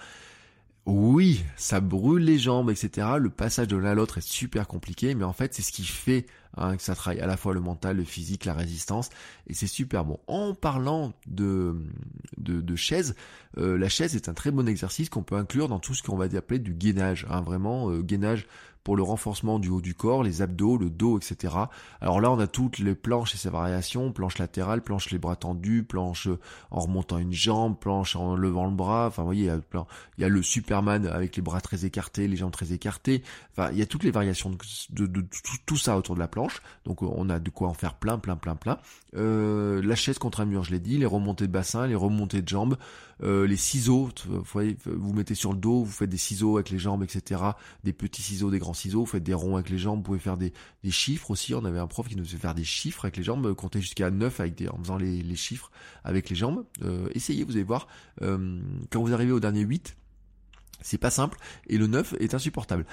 Oui, ça brûle les jambes, et cetera. Le passage de l'un à l'autre est super compliqué, mais en fait, c'est ce qui fait hein, que ça travaille à la fois le mental, le physique, la résistance, et c'est super bon. En parlant de de, de chaise, euh, la chaise est un très bon exercice qu'on peut inclure dans tout ce qu'on va appeler du gainage, hein, vraiment euh, gainage pour le renforcement du haut du corps, les abdos, le dos, et cetera. Alors là, on a toutes les planches et ses variations, planche latérale, planche les bras tendus, planche en remontant une jambe, planche en levant le bras, enfin vous voyez, il y a, plein, il y a le Superman avec les bras très écartés, les jambes très écartées, enfin il y a toutes les variations de, de, de, de tout, tout ça autour de la planche, donc on a de quoi en faire plein, plein, plein, plein. Euh, la chaise contre un mur, je l'ai dit, les remontées de bassin, les remontées de jambes, euh, les ciseaux, vous voyez, vous mettez sur le dos, vous faites des ciseaux avec les jambes, et cetera, des petits ciseaux, des grands ciseaux, vous faites des ronds avec les jambes, vous pouvez faire des, des chiffres aussi, on avait un prof qui nous faisait faire des chiffres avec les jambes, compter jusqu'à neuf avec des, en faisant les, les chiffres avec les jambes, euh, essayez, vous allez voir, euh, quand vous arrivez au dernier huit, c'est pas simple, et le neuf est insupportable.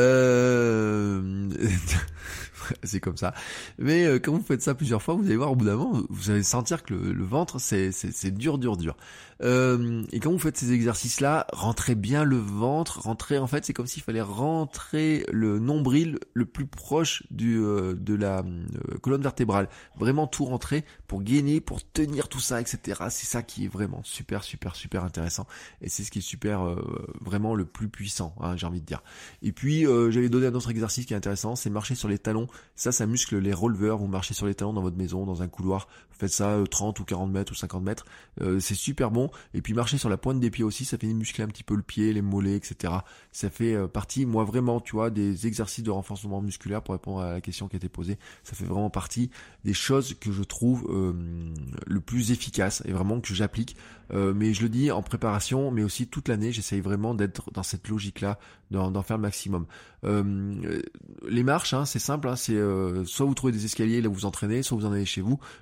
Euh... c'est comme ça. Mais euh, quand vous faites ça plusieurs fois, vous allez voir, au bout d'un moment, vous allez sentir que le, le ventre, c'est, c'est, c'est dur, dur, dur. Euh, et quand vous faites ces exercices-là, rentrez bien le ventre, rentrez, en fait, c'est comme s'il fallait rentrer le nombril le plus proche du euh, de la euh, colonne vertébrale. Vraiment tout rentrer pour gainer, pour tenir tout ça, et cetera. C'est ça qui est vraiment super, super, super intéressant. Et c'est ce qui est super, euh, vraiment le plus puissant, hein, j'ai envie de dire. Et puis, euh, j'allais donner un autre exercice qui est intéressant, c'est marcher sur les talons. Ça, ça muscle les releveurs. Vous marchez sur les talons dans votre maison, dans un couloir. Vous faites ça euh, trente ou quarante mètres ou cinquante mètres. Euh, c'est super bon. Et puis, marcher sur la pointe des pieds aussi, ça fait muscler un petit peu le pied, les mollets, et cetera. Ça fait euh, partie, moi vraiment, tu vois, des exercices de renforcement musculaire pour répondre à la question qui a été posée. Ça fait vraiment partie des choses que je trouve euh, le plus efficace et vraiment que j'applique. Euh, mais je le dis en préparation, mais aussi toute l'année, j'essaye vraiment d'être dans cette logique-là, d'en, d'en faire le maximum. Euh, les marches, hein, c'est simple, hein, c'est euh, soit vous trouvez des escaliers là où vous entraînez, soit vous en allez chez vous, mais sinon vous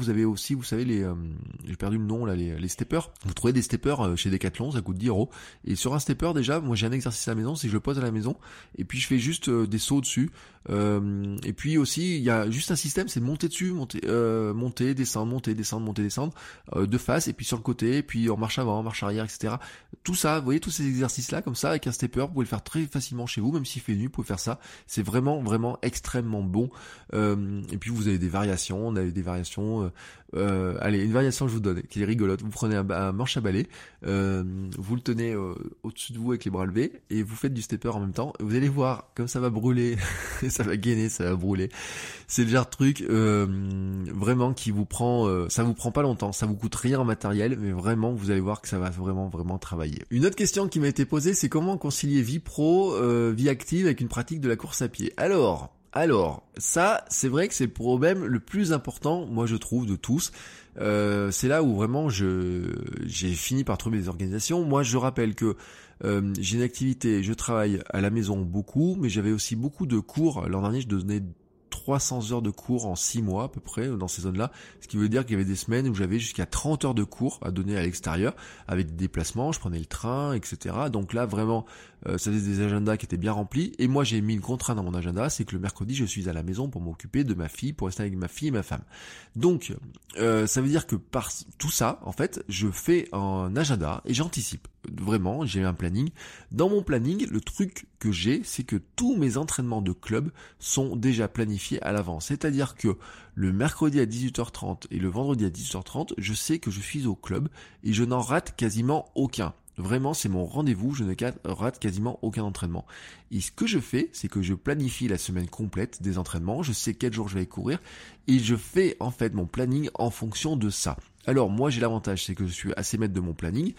vous avez aussi, vous savez, les, euh, j'ai perdu le nom là, les, les steppers. Vous trouvez des steppers chez Decathlon, ça coûte dix euros. Et sur un stepper déjà, moi j'ai un exercice à la maison, c'est que je le pose à la maison et puis je fais juste euh, des sauts dessus. Euh, et puis aussi, il y a juste un système, c'est de monter dessus, monter, euh, monter, descendre, monter, descendre, monter, descendre, euh, de face et puis sur le côté, et puis en marche avant, en marche arrière, et cetera. Tout ça, vous voyez tous ces exercices-là, comme ça, avec un stepper, vous pouvez le faire très facilement chez vous, même s'il fait nuit, vous pouvez faire ça. C'est vraiment, vraiment extrêmement bon. Euh, et puis vous avez des variations, on a des variations. Euh, euh, allez, une variation que je vous donne, qui est rigolote. Vous prenez un, un manche à balai, euh, vous le tenez euh, au-dessus de vous avec les bras levés, et vous faites du stepper en même temps. Vous allez voir comme ça va brûler. Ça va gainer, ça va brûler. C'est le genre de truc euh, vraiment qui vous prend, euh, ça vous prend pas longtemps, ça vous coûte rien en matériel, mais vraiment vous allez voir que ça va vraiment vraiment travailler. Une autre question qui m'a été posée, c'est comment concilier vie pro, euh, vie active avec une pratique de la course à pied. Alors, alors, ça, c'est vrai que c'est le problème le plus important, moi je trouve, de tous. Euh, c'est là où vraiment je j'ai fini par trouver des organisations. Moi, je rappelle que euh, j'ai une activité, je travaille à la maison beaucoup, mais j'avais aussi beaucoup de cours. L'an dernier, je donnais trois cents heures de cours en six mois à peu près dans ces zones-là, ce qui veut dire qu'il y avait des semaines où j'avais jusqu'à trente heures de cours à donner à l'extérieur, avec des déplacements, je prenais le train, et cetera. Donc là, vraiment, euh, ça faisait des agendas qui étaient bien remplis, et moi j'ai mis une contrainte dans mon agenda, c'est que le mercredi, je suis à la maison pour m'occuper de ma fille, pour rester avec ma fille et ma femme. Donc, euh, ça veut dire que par tout ça, en fait, je fais un agenda, et j'anticipe. Vraiment, j'ai un planning. Dans mon planning, le truc que j'ai, c'est que tous mes entraînements de club sont déjà planifiés à l'avance. C'est-à-dire que le mercredi à dix-huit heures trente et le vendredi à dix-huit heures trente, je sais que je suis au club et je n'en rate quasiment aucun. Vraiment, c'est mon rendez-vous, je ne rate quasiment aucun entraînement. Et ce que je fais, c'est que je planifie la semaine complète des entraînements, je sais quel jour je vais courir, et je fais en fait mon planning en fonction de ça. Alors moi j'ai l'avantage, c'est que je suis assez maître de mon planning.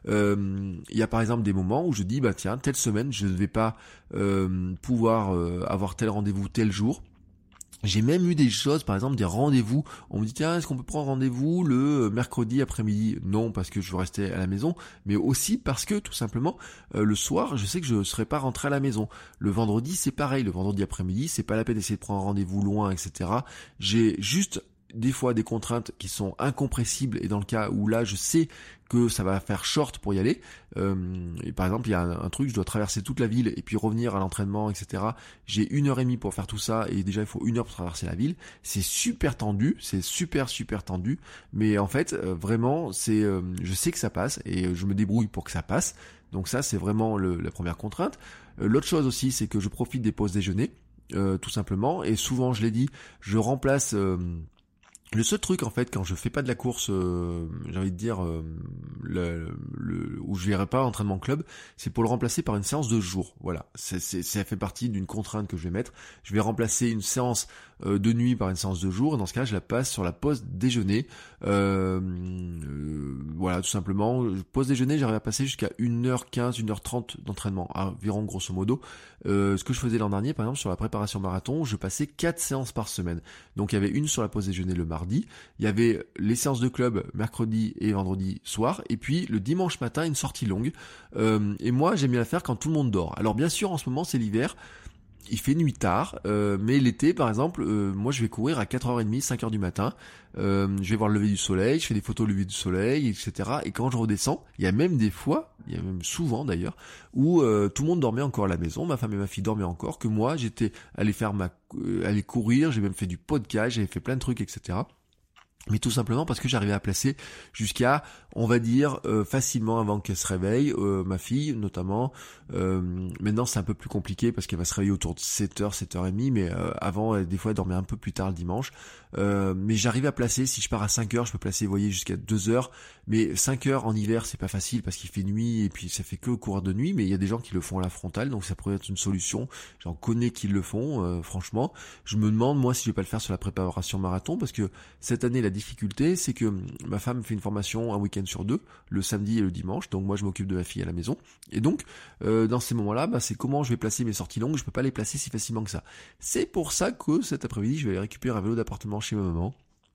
Euh, il y a par exemple des moments où je dis, bah tiens, telle semaine, je ne vais pas euh, pouvoir euh, avoir tel rendez-vous tel jour. J'ai même eu des choses, par exemple des rendez-vous. On me dit tiens, est-ce qu'on peut prendre rendez-vous le mercredi après-midi ? Non, parce que je veux rester à la maison, mais aussi parce que tout simplement euh, le soir, je sais que je ne serai pas rentré à la maison. Le vendredi, c'est pareil. Le vendredi après-midi, c'est pas la peine d'essayer de prendre un rendez-vous loin, et cetera. J'ai juste des fois des contraintes qui sont incompressibles, et dans le cas où là je sais que ça va faire short pour y aller, euh, et par exemple il y a un, un truc, je dois traverser toute la ville et puis revenir à l'entraînement, et cetera. J'ai une heure et demie pour faire tout ça, et déjà il faut une heure pour traverser la ville. C'est super tendu, c'est super super tendu, mais en fait euh, vraiment c'est, euh, je sais que ça passe et je me débrouille pour que ça passe. Donc ça c'est vraiment le, la première contrainte. Euh, l'autre chose aussi, c'est que je profite des pauses déjeuner, euh, tout simplement, et souvent je l'ai dit, je remplace euh, le seul truc en fait quand je fais pas de la course, euh, j'ai envie de dire euh, le, le, où je verrai pas entraînement club, c'est pour le remplacer par une séance de jour. Voilà, c'est, c'est, ça fait partie d'une contrainte que je vais mettre. Je vais remplacer une séance euh, de nuit par une séance de jour, et dans ce cas je la passe sur la pause déjeuner. Euh, euh, voilà, tout simplement. Pause déjeuner, j'arrive à passer jusqu'à une heure quinze, une heure trente d'entraînement, environ grosso modo. Euh, ce que je faisais l'an dernier, par exemple sur la préparation marathon, je passais quatre séances par semaine. Donc il y avait une sur la pause déjeuner le mardi. Il y avait les séances de club mercredi et vendredi soir, et puis le dimanche matin une sortie longue. Euh, et moi j'aime bien la faire quand tout le monde dort. Alors bien sûr en ce moment c'est l'hiver, il fait nuit tard, euh, mais l'été par exemple, euh, moi je vais courir à quatre heures trente, cinq heures du matin, euh, je vais voir le lever du soleil, je fais des photos lever du soleil, et cetera. Et quand je redescends, il y a même des fois, il y a même souvent d'ailleurs, où euh, tout le monde dormait encore à la maison, ma femme et ma fille dormaient encore, que moi j'étais allé faire ma, euh, aller courir, j'ai même fait du podcast, j'avais fait plein de trucs, et cetera. Mais tout simplement parce que j'arrivais à placer jusqu'à, on va dire, euh, facilement avant qu'elle se réveille, euh, ma fille notamment. Euh, maintenant c'est un peu plus compliqué parce qu'elle va se réveiller autour de sept heures, sept heures trente, mais euh, avant, elle, des fois elle dormait un peu plus tard le dimanche. Euh, mais j'arrive à placer, si je pars à cinq heures, je peux placer, vous voyez, jusqu'à deux heures. Mais cinq heures en hiver, c'est pas facile parce qu'il fait nuit et puis ça fait que courir de nuit, mais il y a des gens qui le font à la frontale, donc ça pourrait être une solution. J'en connais qui le font, euh, franchement. Je me demande, moi, si je vais pas le faire sur la préparation marathon, parce que cette année, la difficulté, c'est que ma femme fait une formation un week-end sur deux, le samedi et le dimanche, donc moi je m'occupe de ma fille à la maison, et donc euh, dans ces moments-là, bah, c'est comment je vais placer mes sorties longues, je peux pas les placer si facilement que ça. C'est pour ça que cet après-midi, je vais aller récupérer un vélo d'appartement chez ma maman.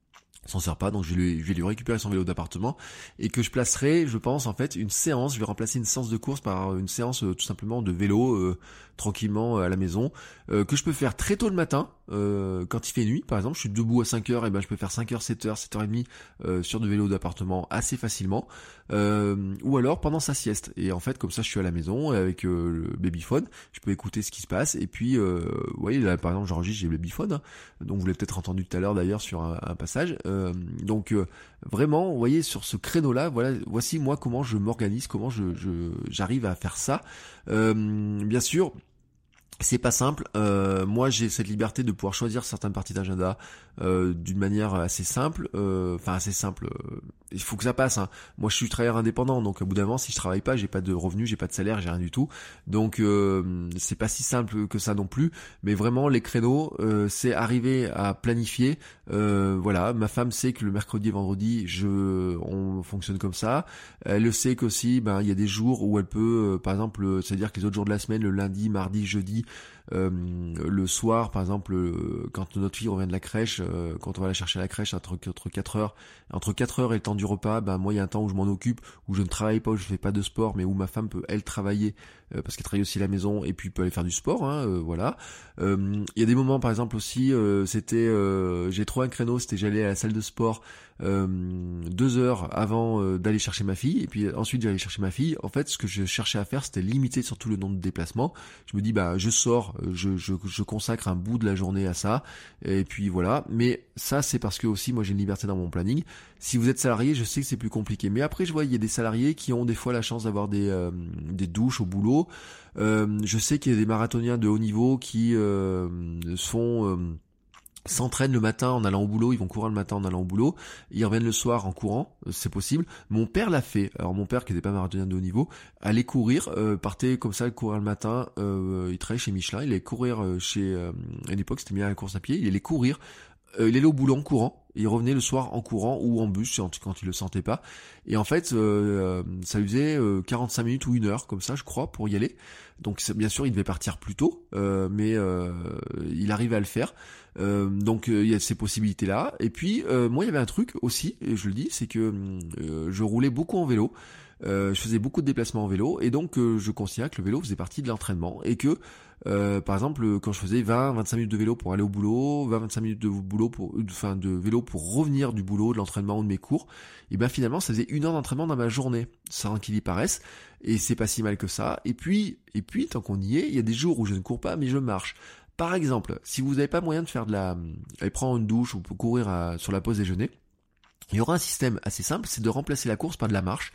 s'en sert pas, donc je vais, lui, je vais lui récupérer son vélo d'appartement et que je placerai, je pense en fait, une séance. Je vais remplacer une séance de course par une séance euh, tout simplement de vélo euh, tranquillement euh, à la maison, euh, que je peux faire très tôt le matin, euh, quand il fait nuit par exemple. Je suis debout à cinq heures, et ben je peux faire cinq heures, sept heures, sept heures trente euh, sur de vélo d'appartement assez facilement, euh, ou alors pendant sa sieste. Et en fait comme ça je suis à la maison avec euh, le babyphone, je peux écouter ce qui se passe. Et puis euh, vous voyez là par exemple j'enregistre, j'ai le babyphone, hein, donc vous l'avez peut-être entendu tout à l'heure d'ailleurs sur un, un passage. Euh, Euh, donc euh, vraiment, vous voyez, sur ce créneau-là, voilà, voici moi comment je m'organise, comment je, je j'arrive à faire ça. Euh, bien sûr, c'est pas simple. Euh, moi, j'ai cette liberté de pouvoir choisir certaines parties d'agenda euh, d'une manière assez simple. Euh, enfin, assez simple. Euh, il faut que ça passe. Hein. Moi, je suis travailleur indépendant, donc au bout d'un moment, si je travaille pas, j'ai pas de revenus, j'ai pas de salaire, j'ai rien du tout. Donc, euh, c'est pas si simple que ça non plus. Mais vraiment, les créneaux, euh, c'est arriver à planifier. Euh, voilà, ma femme sait que le mercredi et vendredi, je, on fonctionne comme ça. Elle sait qu'aussi, ben, il y a des jours où elle peut, euh, par exemple, c'est-à-dire que les autres jours de la semaine, le lundi, mardi, jeudi. Euh, le soir par exemple euh, quand notre fille revient de la crèche, euh, quand on va la chercher à la crèche entre, entre quatre heures entre quatre heures et le temps du repas, ben moi il y a un temps où je m'en occupe, où je ne travaille pas, où je fais pas de sport, mais où ma femme peut elle travailler euh, parce qu'elle travaille aussi à la maison et puis peut aller faire du sport, hein, euh, voilà. Euh, il y a des moments par exemple aussi euh, c'était euh, j'ai trouvé un créneau, c'était j'allais à la salle de sport euh, deux heures avant euh, d'aller chercher ma fille, et puis ensuite j'allais chercher ma fille. En fait ce que je cherchais à faire c'était limiter surtout le nombre de déplacements. Je me dis bah je sors, je, je, je consacre un bout de la journée à ça, et puis voilà. Mais ça c'est parce que aussi moi j'ai une liberté dans mon planning. Si vous êtes salarié, je sais que c'est plus compliqué, mais après je vois il y a des salariés qui ont des fois la chance d'avoir des euh, des douches au boulot. Euh, je sais qu'il y a des marathoniens de haut niveau qui euh, sont euh, s'entraînent le matin en allant au boulot, ils vont courir le matin en allant au boulot, ils reviennent le soir en courant, c'est possible. Mon père l'a fait. Alors mon père qui n'était pas marathonien de haut niveau, allait courir, euh, partait comme ça courir le matin, euh, il travaillait chez Michelin, il allait courir chez, euh, à l'époque c'était bien à la course à pied, il allait courir, euh, il allait au boulot en courant, il revenait le soir en courant ou en bus quand il le sentait pas. Et en fait, euh, ça lui faisait euh, quarante-cinq minutes ou une heure comme ça, je crois, pour y aller. Donc bien sûr, il devait partir plus tôt, euh, mais euh, il arrivait à le faire. Euh, donc euh, il y a ces possibilités-là. Et puis euh, moi, il y avait un truc aussi, et je le dis, c'est que euh, je roulais beaucoup en vélo. Euh, je faisais beaucoup de déplacements en vélo, et donc euh, je considère que le vélo faisait partie de l'entraînement, et que euh, par exemple quand je faisais vingt à vingt-cinq minutes de vélo pour aller au boulot, vingt à vingt-cinq minutes de boulot pour enfin de vélo pour revenir du boulot, de l'entraînement ou de mes cours, et ben finalement ça faisait une heure d'entraînement dans ma journée, sans qu'il y paraisse, et c'est pas si mal que ça. Et puis et puis tant qu'on y est, il y a des jours où je ne cours pas mais je marche. Par exemple, si vous n'avez pas moyen de faire de la aller prendre une douche ou courir à, sur la pause déjeuner, il y aura un système assez simple, c'est de remplacer la course par de la marche.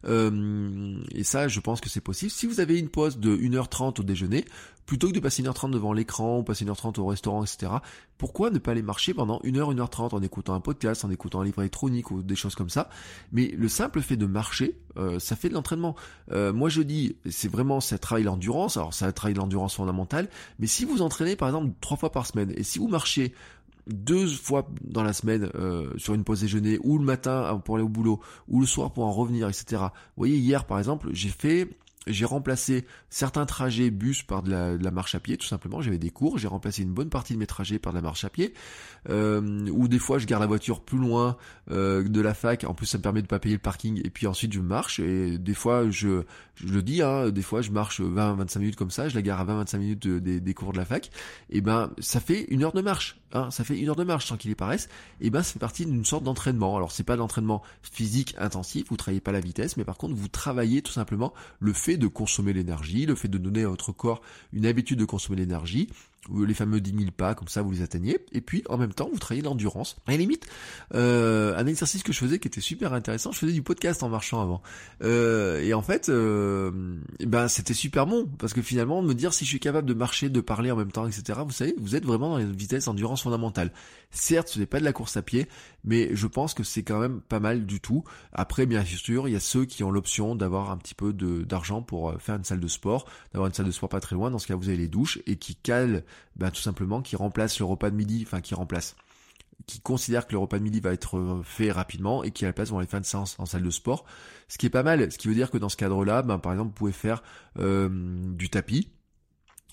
Euh, et ça, je pense que c'est possible. Si vous avez une pause de une heure trente au déjeuner, plutôt que de passer une heure trente devant l'écran, ou passer une heure trente au restaurant, et cetera, pourquoi ne pas aller marcher pendant une heure, une heure trente en écoutant un podcast, en écoutant un livre électronique ou des choses comme ça. Mais le simple fait de marcher, euh, ça fait de l'entraînement. Euh, moi je dis, c'est vraiment, ça travaille l'endurance, alors ça travaille l'endurance fondamentale, mais si vous entraînez par exemple trois fois par semaine, et si vous marchez deux fois dans la semaine euh, sur une pause déjeuner, ou le matin pour aller au boulot, ou le soir pour en revenir, et cetera. Vous voyez, hier par exemple, j'ai fait, j'ai remplacé certains trajets bus par de la, de la marche à pied, tout simplement. J'avais des cours, j'ai remplacé une bonne partie de mes trajets par de la marche à pied. Euh, ou des fois, je garde la voiture plus loin euh, de la fac. En plus, ça me permet de pas payer le parking. Et puis ensuite, je marche. Et des fois, je, je le dis, hein, des fois, je marche vingt à vingt-cinq minutes comme ça. Je la gare à vingt à vingt-cinq minutes de, des, des cours de la fac. Et ben, ça fait une heure de marche. Hein, ça fait une heure de marche sans qu'il y paraisse. Et ben, ça fait partie d'une sorte d'entraînement. Alors, c'est pas d'entraînement physique intensif. Vous travaillez pas la vitesse, mais par contre, vous travaillez tout simplement le fait de consommer l'énergie, le fait de donner à votre corps une habitude de consommer l'énergie, les fameux dix mille pas, comme ça vous les atteignez, et puis en même temps vous travaillez l'endurance. À la limite, euh, un exercice que je faisais qui était super intéressant, je faisais du podcast en marchant avant, euh, et en fait, euh, et ben c'était super bon, parce que finalement, de me dire si je suis capable de marcher, de parler en même temps, et cetera, vous savez, vous êtes vraiment dans les vitesses d'endurance fondamentale. Certes, ce n'est pas de la course à pied, mais je pense que c'est quand même pas mal du tout. Après, bien sûr, il y a ceux qui ont l'option d'avoir un petit peu de, d'argent pour faire une salle de sport, d'avoir une salle de sport pas très loin, dans ce cas vous avez les douches, et qui calent, ben, tout simplement, qui remplacent le repas de midi, enfin qui remplacent, qui considèrent que le repas de midi va être fait rapidement, et qui à la place vont aller faire une séance en salle de sport, ce qui est pas mal, ce qui veut dire que dans ce cadre-là, ben, par exemple, vous pouvez faire euh, du tapis,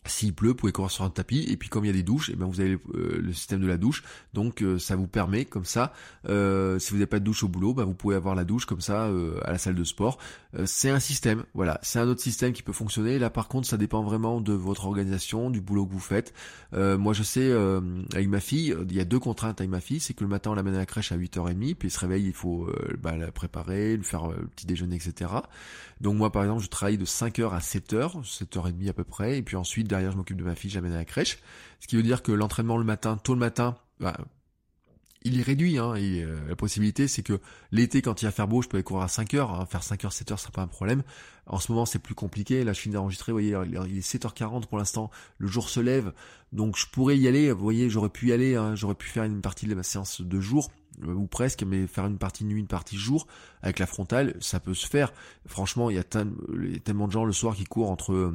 S'il pleut, vous pouvez courir sur un tapis, et puis comme il y a des douches, et ben vous avez euh, le système de la douche, donc euh, ça vous permet comme ça, euh, si vous n'avez pas de douche au boulot, ben vous pouvez avoir la douche comme ça euh, à la salle de sport. Euh, c'est un système, voilà, c'est un autre système qui peut fonctionner. Là par contre, ça dépend vraiment de votre organisation, du boulot que vous faites. Euh, moi je sais, euh, avec ma fille, il y a deux contraintes avec ma fille, c'est que le matin on l'amène à la crèche à huit heures trente, puis il se réveille, il faut euh, bah, la préparer, lui faire euh, le petit déjeuner, et cetera. Donc moi par exemple, je travaille de cinq heures à sept heures, sept heures trente à peu près, et puis ensuite derrière je m'occupe de ma fille, je l'amène à la crèche. Ce qui veut dire que l'entraînement le matin, tôt le matin, bah, il est réduit, hein, et euh, la possibilité c'est que l'été quand il va faire beau, je peux aller courir à cinq heures, hein, faire cinq heures, sept heures, ça sera pas un problème. En ce moment c'est plus compliqué, là je finis d'enregistrer, vous voyez, il est sept heures quarante pour l'instant, le jour se lève, donc je pourrais y aller, vous voyez, j'aurais pu y aller, hein, j'aurais pu faire une partie de ma séance de jour, euh, ou presque, mais faire une partie nuit, une partie jour, avec la frontale, ça peut se faire. Franchement, il y a tellement de gens le soir qui courent entre... Euh,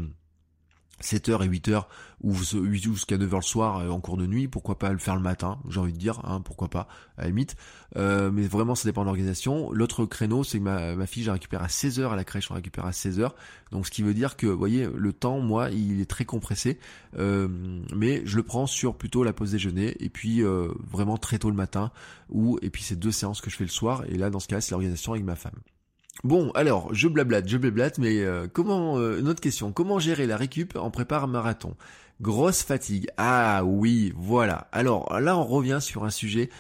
sept heures et huit heures, ou jusqu'à neuf heures le soir en cours de nuit, pourquoi pas le faire le matin, j'ai envie de dire, hein, pourquoi pas, à la limite. Euh, mais vraiment ça dépend de l'organisation. L'autre créneau, c'est que ma, ma fille, je la récupère à seize heures à la crèche, je la récupère à seize heures, donc ce qui veut dire que, vous voyez, le temps, moi, il est très compressé, euh, mais je le prends sur plutôt la pause déjeuner, et puis euh, vraiment très tôt le matin, ou et puis c'est deux séances que je fais le soir, et là, dans ce cas, c'est l'organisation avec ma femme. Bon, alors, je blablate, je blablate, mais euh, comment, euh, une autre question, comment gérer la récup en prépare marathon? Grosse fatigue. Ah oui, voilà. Alors là, on revient sur un sujet,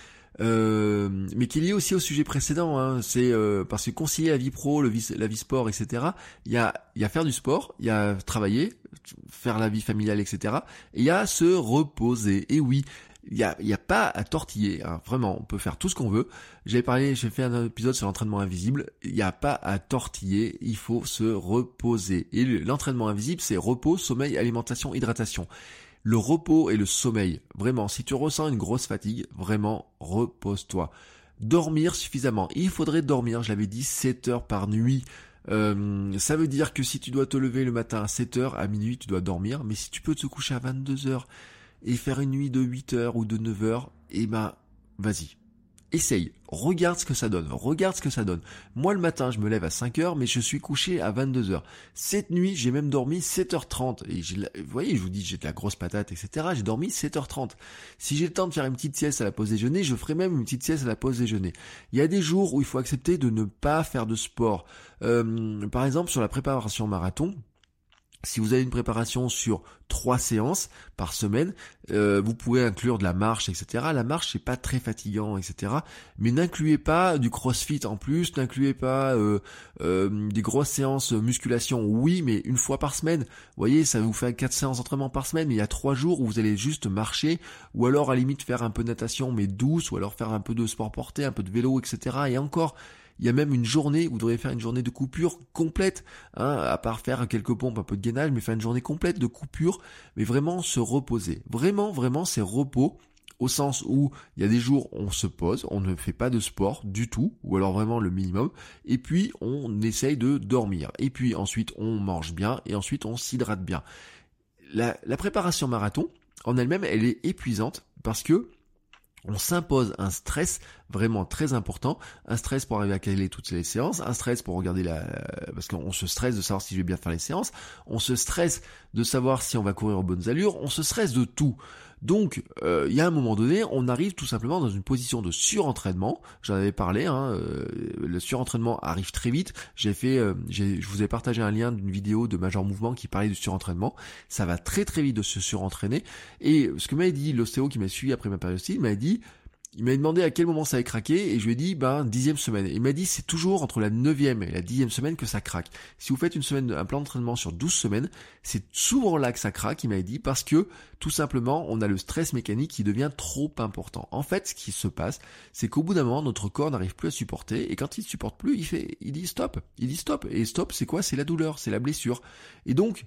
euh, mais qui est lié aussi au sujet précédent, hein. C'est euh, parce que concilier la vie pro, le vie, la vie sport, et cetera. Il y a, il y a faire du sport, il y a travailler, faire la vie familiale, et cetera. Et il y a se reposer. Et oui. Il y a, il y a pas à tortiller, hein. Vraiment, on peut faire tout ce qu'on veut. J'avais parlé, j'ai fait un épisode sur l'entraînement invisible. Il n'y a pas à tortiller, il faut se reposer. Et l'entraînement invisible, c'est repos, sommeil, alimentation, hydratation. Le repos et le sommeil, vraiment, si tu ressens une grosse fatigue, vraiment, repose-toi. Dormir suffisamment. Il faudrait dormir, je l'avais dit, sept heures par nuit. Euh, ça veut dire que si tu dois te lever le matin à sept heures, à minuit, tu dois dormir. Mais si tu peux te coucher à vingt-deux heures, et faire une nuit de huit heures ou de neuf heures, eh ben, vas-y. Essaye. Regarde ce que ça donne. Regarde ce que ça donne. Moi, le matin, je me lève à cinq heures, mais je suis couché à vingt-deux heures. Cette nuit, j'ai même dormi sept heures trente. Et j'ai, vous voyez, je vous dis, j'ai de la grosse patate, et cetera. J'ai dormi sept heures trente. Si j'ai le temps de faire une petite sieste à la pause déjeuner, je ferai même une petite sieste à la pause déjeuner. Il y a des jours où il faut accepter de ne pas faire de sport. Euh, par exemple, sur la préparation marathon, si vous avez une préparation sur trois séances par semaine, euh, vous pouvez inclure de la marche, et cetera. La marche, c'est pas très fatigant, et cetera. Mais n'incluez pas du crossfit en plus, n'incluez pas euh, euh, des grosses séances musculation. Oui, mais une fois par semaine. Vous voyez, ça vous fait quatre séances d'entraînement par semaine, mais il y a trois jours où vous allez juste marcher, ou alors à la limite faire un peu de natation, mais douce, ou alors faire un peu de sport porté, un peu de vélo, et cetera. Et encore... Il y a même une journée, vous devriez faire une journée de coupure complète, hein, à part faire quelques pompes, un peu de gainage, mais faire une journée complète de coupure, mais vraiment se reposer. Vraiment, vraiment, c'est repos, au sens où il y a des jours où on se pose, on ne fait pas de sport du tout, ou alors vraiment le minimum, et puis on essaye de dormir. Et puis ensuite, on mange bien, et ensuite on s'hydrate bien. La, la préparation marathon, en elle-même, elle est épuisante, parce que on s'impose un stress vraiment très important, un stress pour arriver à caler toutes les séances, un stress pour regarder la... parce qu'on se stresse de savoir si je vais bien faire les séances, on se stresse de savoir si on va courir aux bonnes allures, on se stresse de tout. Donc, euh, il y a un moment donné, on arrive tout simplement dans une position de surentraînement. J'en avais parlé, hein, euh, le surentraînement arrive très vite. J'ai fait, euh, j'ai, je vous ai partagé un lien d'une vidéo de Major Mouvement qui parlait du surentraînement. Ça va très très vite de se surentraîner. Et ce que m'avait dit l'ostéo qui m'a suivi après ma périostite, il m'a dit... Il m'a demandé à quel moment ça avait craqué et je lui ai dit, ben, dixième semaine. Et il m'a dit, c'est toujours entre la neuvième et la dixième semaine que ça craque. Si vous faites une semaine, un plan d'entraînement sur douze semaines, c'est souvent là que ça craque, il m'a dit, parce que, tout simplement, on a le stress mécanique qui devient trop important. En fait, ce qui se passe, c'est qu'au bout d'un moment, notre corps n'arrive plus à supporter et quand il ne supporte plus, il fait, il dit stop. Il dit stop. Et stop, c'est quoi? C'est la douleur, c'est la blessure. Et donc,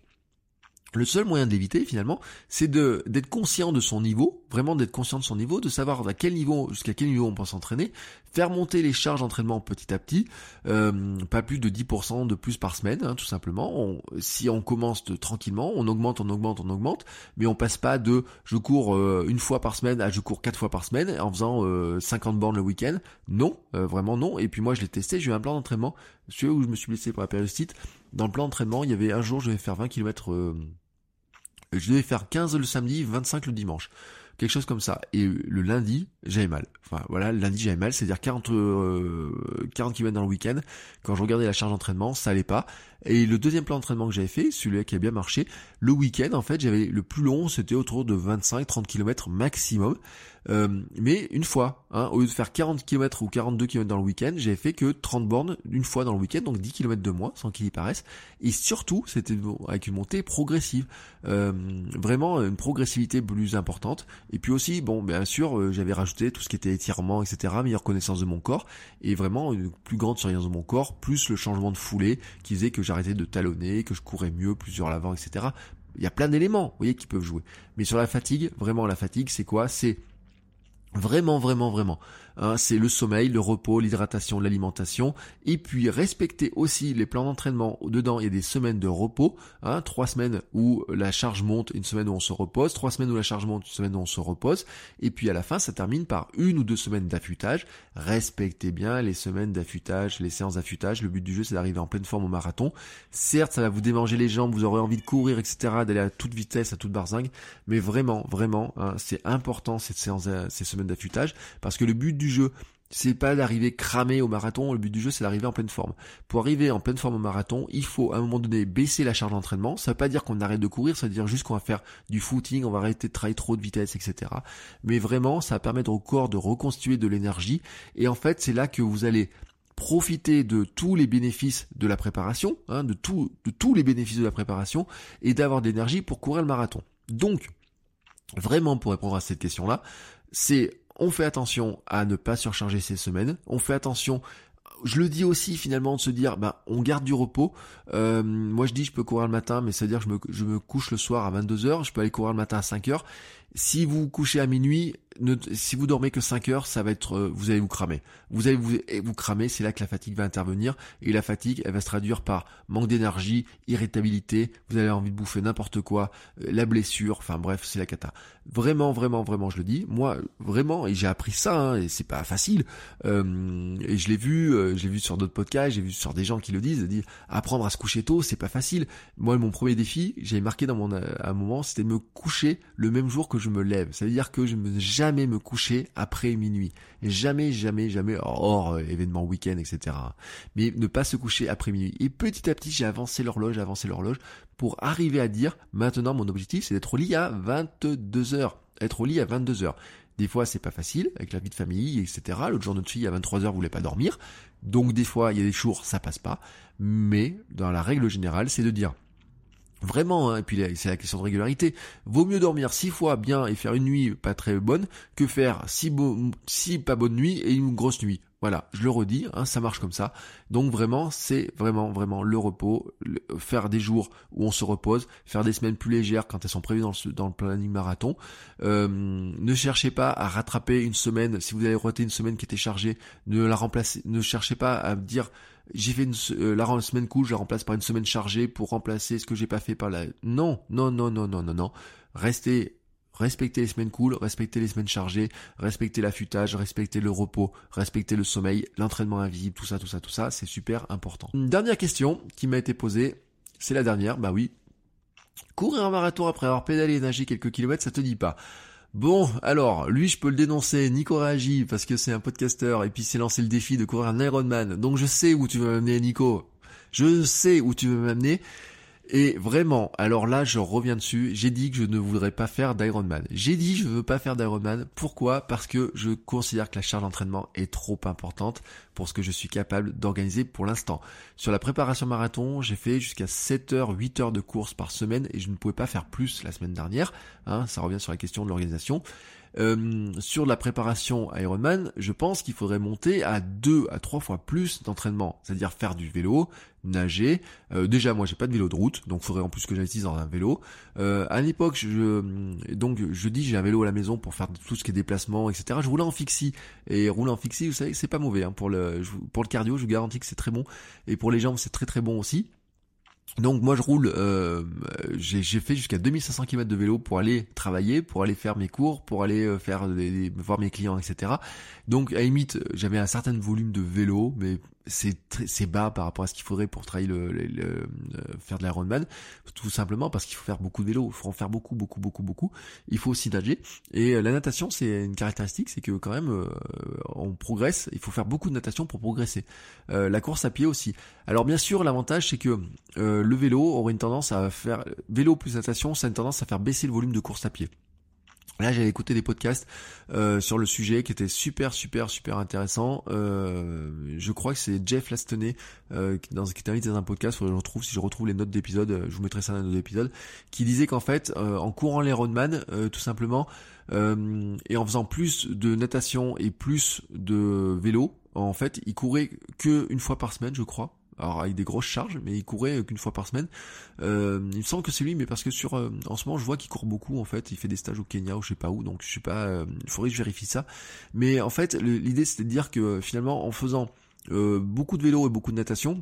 le seul moyen de l'éviter, finalement, c'est de d'être conscient de son niveau, vraiment d'être conscient de son niveau, de savoir à quel niveau, jusqu'à quel niveau on peut s'entraîner, faire monter les charges d'entraînement petit à petit, euh, pas plus de dix pour cent de plus par semaine, hein, tout simplement. On, si on commence de, tranquillement, on augmente, on augmente, on augmente, mais on passe pas de je cours euh, une fois par semaine à je cours quatre fois par semaine en faisant euh, cinquante bornes le week-end. Non, euh, vraiment non. Et puis moi je l'ai testé, j'ai eu un plan d'entraînement, celui où je me suis blessé pour la périostite. Dans le plan d'entraînement, il y avait un jour je devais faire vingt kilomètres euh, je devais faire quinze le samedi, vingt-cinq le dimanche. Quelque chose comme ça. Et le lundi, j'avais mal. Enfin voilà, le lundi j'avais mal, c'est-à-dire quarante, euh, quarante kilomètres dans le week-end. Quand je regardais la charge d'entraînement, ça allait pas. Et le deuxième plan d'entraînement que j'avais fait, celui qui a bien marché, le week-end en fait, j'avais le plus long, c'était autour de vingt-cinq trente kilomètres maximum. Euh, mais une fois, hein, au lieu de faire quarante kilomètres ou quarante-deux kilomètres dans le week-end, j'avais fait que trente bornes une fois dans le week-end, donc dix kilomètres de moins, sans qu'il y paraisse. Et surtout, c'était avec une montée progressive, euh, vraiment une progressivité plus importante. Et puis aussi, bon, bien sûr, euh, j'avais rajouté tout ce qui était étirement, et cetera, meilleure connaissance de mon corps, et vraiment une plus grande surveillance de mon corps, plus le changement de foulée qui faisait que j'arrêtais de talonner, que je courais mieux, plus sur l'avant, et cetera. Il y a plein d'éléments, vous voyez, qui peuvent jouer. Mais sur la fatigue, vraiment la fatigue, c'est quoi ? C'est Vraiment, vraiment, vraiment. Hein, c'est le sommeil, le repos, l'hydratation, l'alimentation. Et puis, respecter aussi les plans d'entraînement. Dedans, il y a des semaines de repos. Hein, trois semaines où la charge monte, une semaine où on se repose. Trois semaines où la charge monte, une semaine où on se repose. Et puis, à la fin, ça termine par une ou deux semaines d'affûtage. Respectez bien les semaines d'affûtage, les séances d'affûtage. Le but du jeu, c'est d'arriver en pleine forme au marathon. Certes, ça va vous démanger les jambes, vous aurez envie de courir, et cetera, d'aller à toute vitesse, à toute barzingue. Mais vraiment, vraiment, hein, c'est important cette séance, ces semaines d'affûtage, parce que le but du jeu, c'est pas d'arriver cramé au marathon, le but du jeu c'est d'arriver en pleine forme. Pour arriver en pleine forme au marathon, il faut à un moment donné baisser la charge d'entraînement. Ça veut pas dire qu'on arrête de courir, ça veut dire juste qu'on va faire du footing, on va arrêter de travailler trop de vitesse, et cetera. Mais vraiment, ça va permettre au corps de reconstituer de l'énergie, et en fait c'est là que vous allez profiter de tous les bénéfices de la préparation, hein, de, tout, de tous les bénéfices de la préparation, et d'avoir de l'énergie pour courir le marathon. Donc, vraiment pour répondre à cette question-là, c'est on fait attention à ne pas surcharger ces semaines, on fait attention, je le dis aussi finalement de se dire, bah on garde du repos. Euh, moi je dis je peux courir le matin, mais ça veut dire que je me, je me couche le soir à vingt-deux heures, je peux aller courir le matin à cinq heures. Si vous vous couchez à minuit, ne, si vous dormez que cinq heures, ça va être, euh, vous allez vous cramer. Vous allez vous, vous cramer, c'est là que la fatigue va intervenir. Et la fatigue, elle va se traduire par manque d'énergie, irritabilité, vous avez envie de bouffer n'importe quoi, euh, la blessure, enfin bref, c'est la cata. Vraiment, vraiment, vraiment, je le dis. Moi, vraiment, et j'ai appris ça, hein, et c'est pas facile. Euh, et je l'ai vu, euh, je l'ai vu sur d'autres podcasts, j'ai vu sur des gens qui le disent, disent apprendre à se coucher tôt, c'est pas facile. Moi, mon premier défi, j'avais marqué dans mon, à un moment, c'était de me coucher le même jour que je me lève. Ça veut dire que je ne jamais me coucher après minuit. Jamais, jamais, jamais, hors euh, événement week-end, et cetera. Mais ne pas se coucher après minuit. Et petit à petit, j'ai avancé l'horloge, avancé l'horloge pour arriver à dire, maintenant, mon objectif, c'est d'être au lit à vingt-deux heures. Être au lit à vingt-deux heures. Des fois, c'est pas facile, avec la vie de famille, et cetera. L'autre jour, notre fille, à vingt-trois heures, voulait pas dormir. Donc, des fois, il y a des jours, ça passe pas. Mais, dans la règle générale, c'est de dire, vraiment, hein, et puis c'est la question de régularité. Vaut mieux dormir six fois bien et faire une nuit pas très bonne que faire six, bo- six pas bonnes nuits et une grosse nuit. Voilà, je le redis, hein, ça marche comme ça. Donc vraiment, c'est vraiment, vraiment le repos. Le, faire des jours où on se repose, faire des semaines plus légères quand elles sont prévues dans le, dans le planning marathon. Euh, ne cherchez pas à rattraper une semaine. Si vous avez raté une semaine qui était chargée, ne la remplacez. Ne cherchez pas à dire j'ai fait une euh, la semaine cool, je la remplace par une semaine chargée pour remplacer ce que j'ai pas fait par la. Non, non, non, non, non, non, non. Restez. Respectez les semaines cool, respectez les semaines chargées, respectez l'affûtage, respectez le repos, respectez le sommeil, l'entraînement invisible, tout ça, tout ça, tout ça, c'est super important. Une dernière question qui m'a été posée, c'est la dernière, bah oui. Courir un marathon après avoir pédalé et nagé quelques kilomètres, ça te dit pas? Bon, alors, lui, je peux le dénoncer, Nico réagit, parce que c'est un podcasteur, et puis c'est lancé le défi de courir un Ironman, donc je sais où tu veux m'amener, Nico. Je sais où tu veux m'amener. Et vraiment, alors là, je reviens dessus, j'ai dit que je ne voudrais pas faire d'Ironman. J'ai dit que je ne veux pas faire d'Ironman. Pourquoi ? Parce que je considère que la charge d'entraînement est trop importante pour ce que je suis capable d'organiser pour l'instant. Sur la préparation marathon, j'ai fait jusqu'à sept heures, huit heures de course par semaine et je ne pouvais pas faire plus la semaine dernière. Hein, ça revient sur la question de l'organisation. Euh, sur la préparation Ironman, je pense qu'il faudrait monter à deux à trois fois plus d'entraînement, c'est-à-dire faire du vélo, nager. Euh, déjà, moi, j'ai pas de vélo de route, donc il faudrait en plus que j'investisse dans un vélo. Euh, à l'époque, je donc je dis j'ai un vélo à la maison pour faire tout ce qui est déplacement, et cetera. Je roulais en fixie et rouler en fixie, vous savez, c'est pas mauvais hein, pour le pour le cardio. Je vous garantis que c'est très bon et pour les jambes, c'est très très bon aussi. Donc moi je roule, euh, j'ai, j'ai fait jusqu'à deux mille cinq cents kilomètres de vélo pour aller travailler, pour aller faire mes cours, pour aller faire des, voir mes clients, et cetera. Donc à la limite j'avais un certain volume de vélo, mais c'est très, c'est bas par rapport à ce qu'il faudrait pour travailler le, le, le, le faire de l'Ironman, tout simplement parce qu'il faut faire beaucoup de vélo, il faut en faire beaucoup, beaucoup, beaucoup, beaucoup. Il faut aussi nager. Et la natation, c'est une caractéristique, c'est que quand même, euh, on progresse. Il faut faire beaucoup de natation pour progresser. Euh, la course à pied aussi. Alors bien sûr, l'avantage, c'est que euh, le vélo aurait une tendance à faire vélo plus natation, ça a une tendance à faire baisser le volume de course à pied. Là, j'avais écouté des podcasts euh, sur le sujet qui étaient super, super, super intéressants. Euh, je crois que c'est Jeff Lastoney euh, dans, qui est invité dans un podcast. Faut que je retrouve, si je retrouve les notes d'épisode, je vous mettrai ça dans les notes d'épisode, qui disait qu'en fait, euh, en courant l'Ironman, euh, tout simplement, euh, et en faisant plus de natation et plus de vélo, en fait, il courait que une fois par semaine, je crois. Alors avec des grosses charges, mais il courait qu'une fois par semaine. Euh, il me semble que c'est lui, mais parce que sur euh, en ce moment je vois qu'il court beaucoup en fait. Il fait des stages au Kenya ou je sais pas où, donc je sais pas. Euh, il faudrait que je vérifie ça. Mais en fait, le, l'idée c'était de dire que finalement en faisant euh, beaucoup de vélo et beaucoup de natation,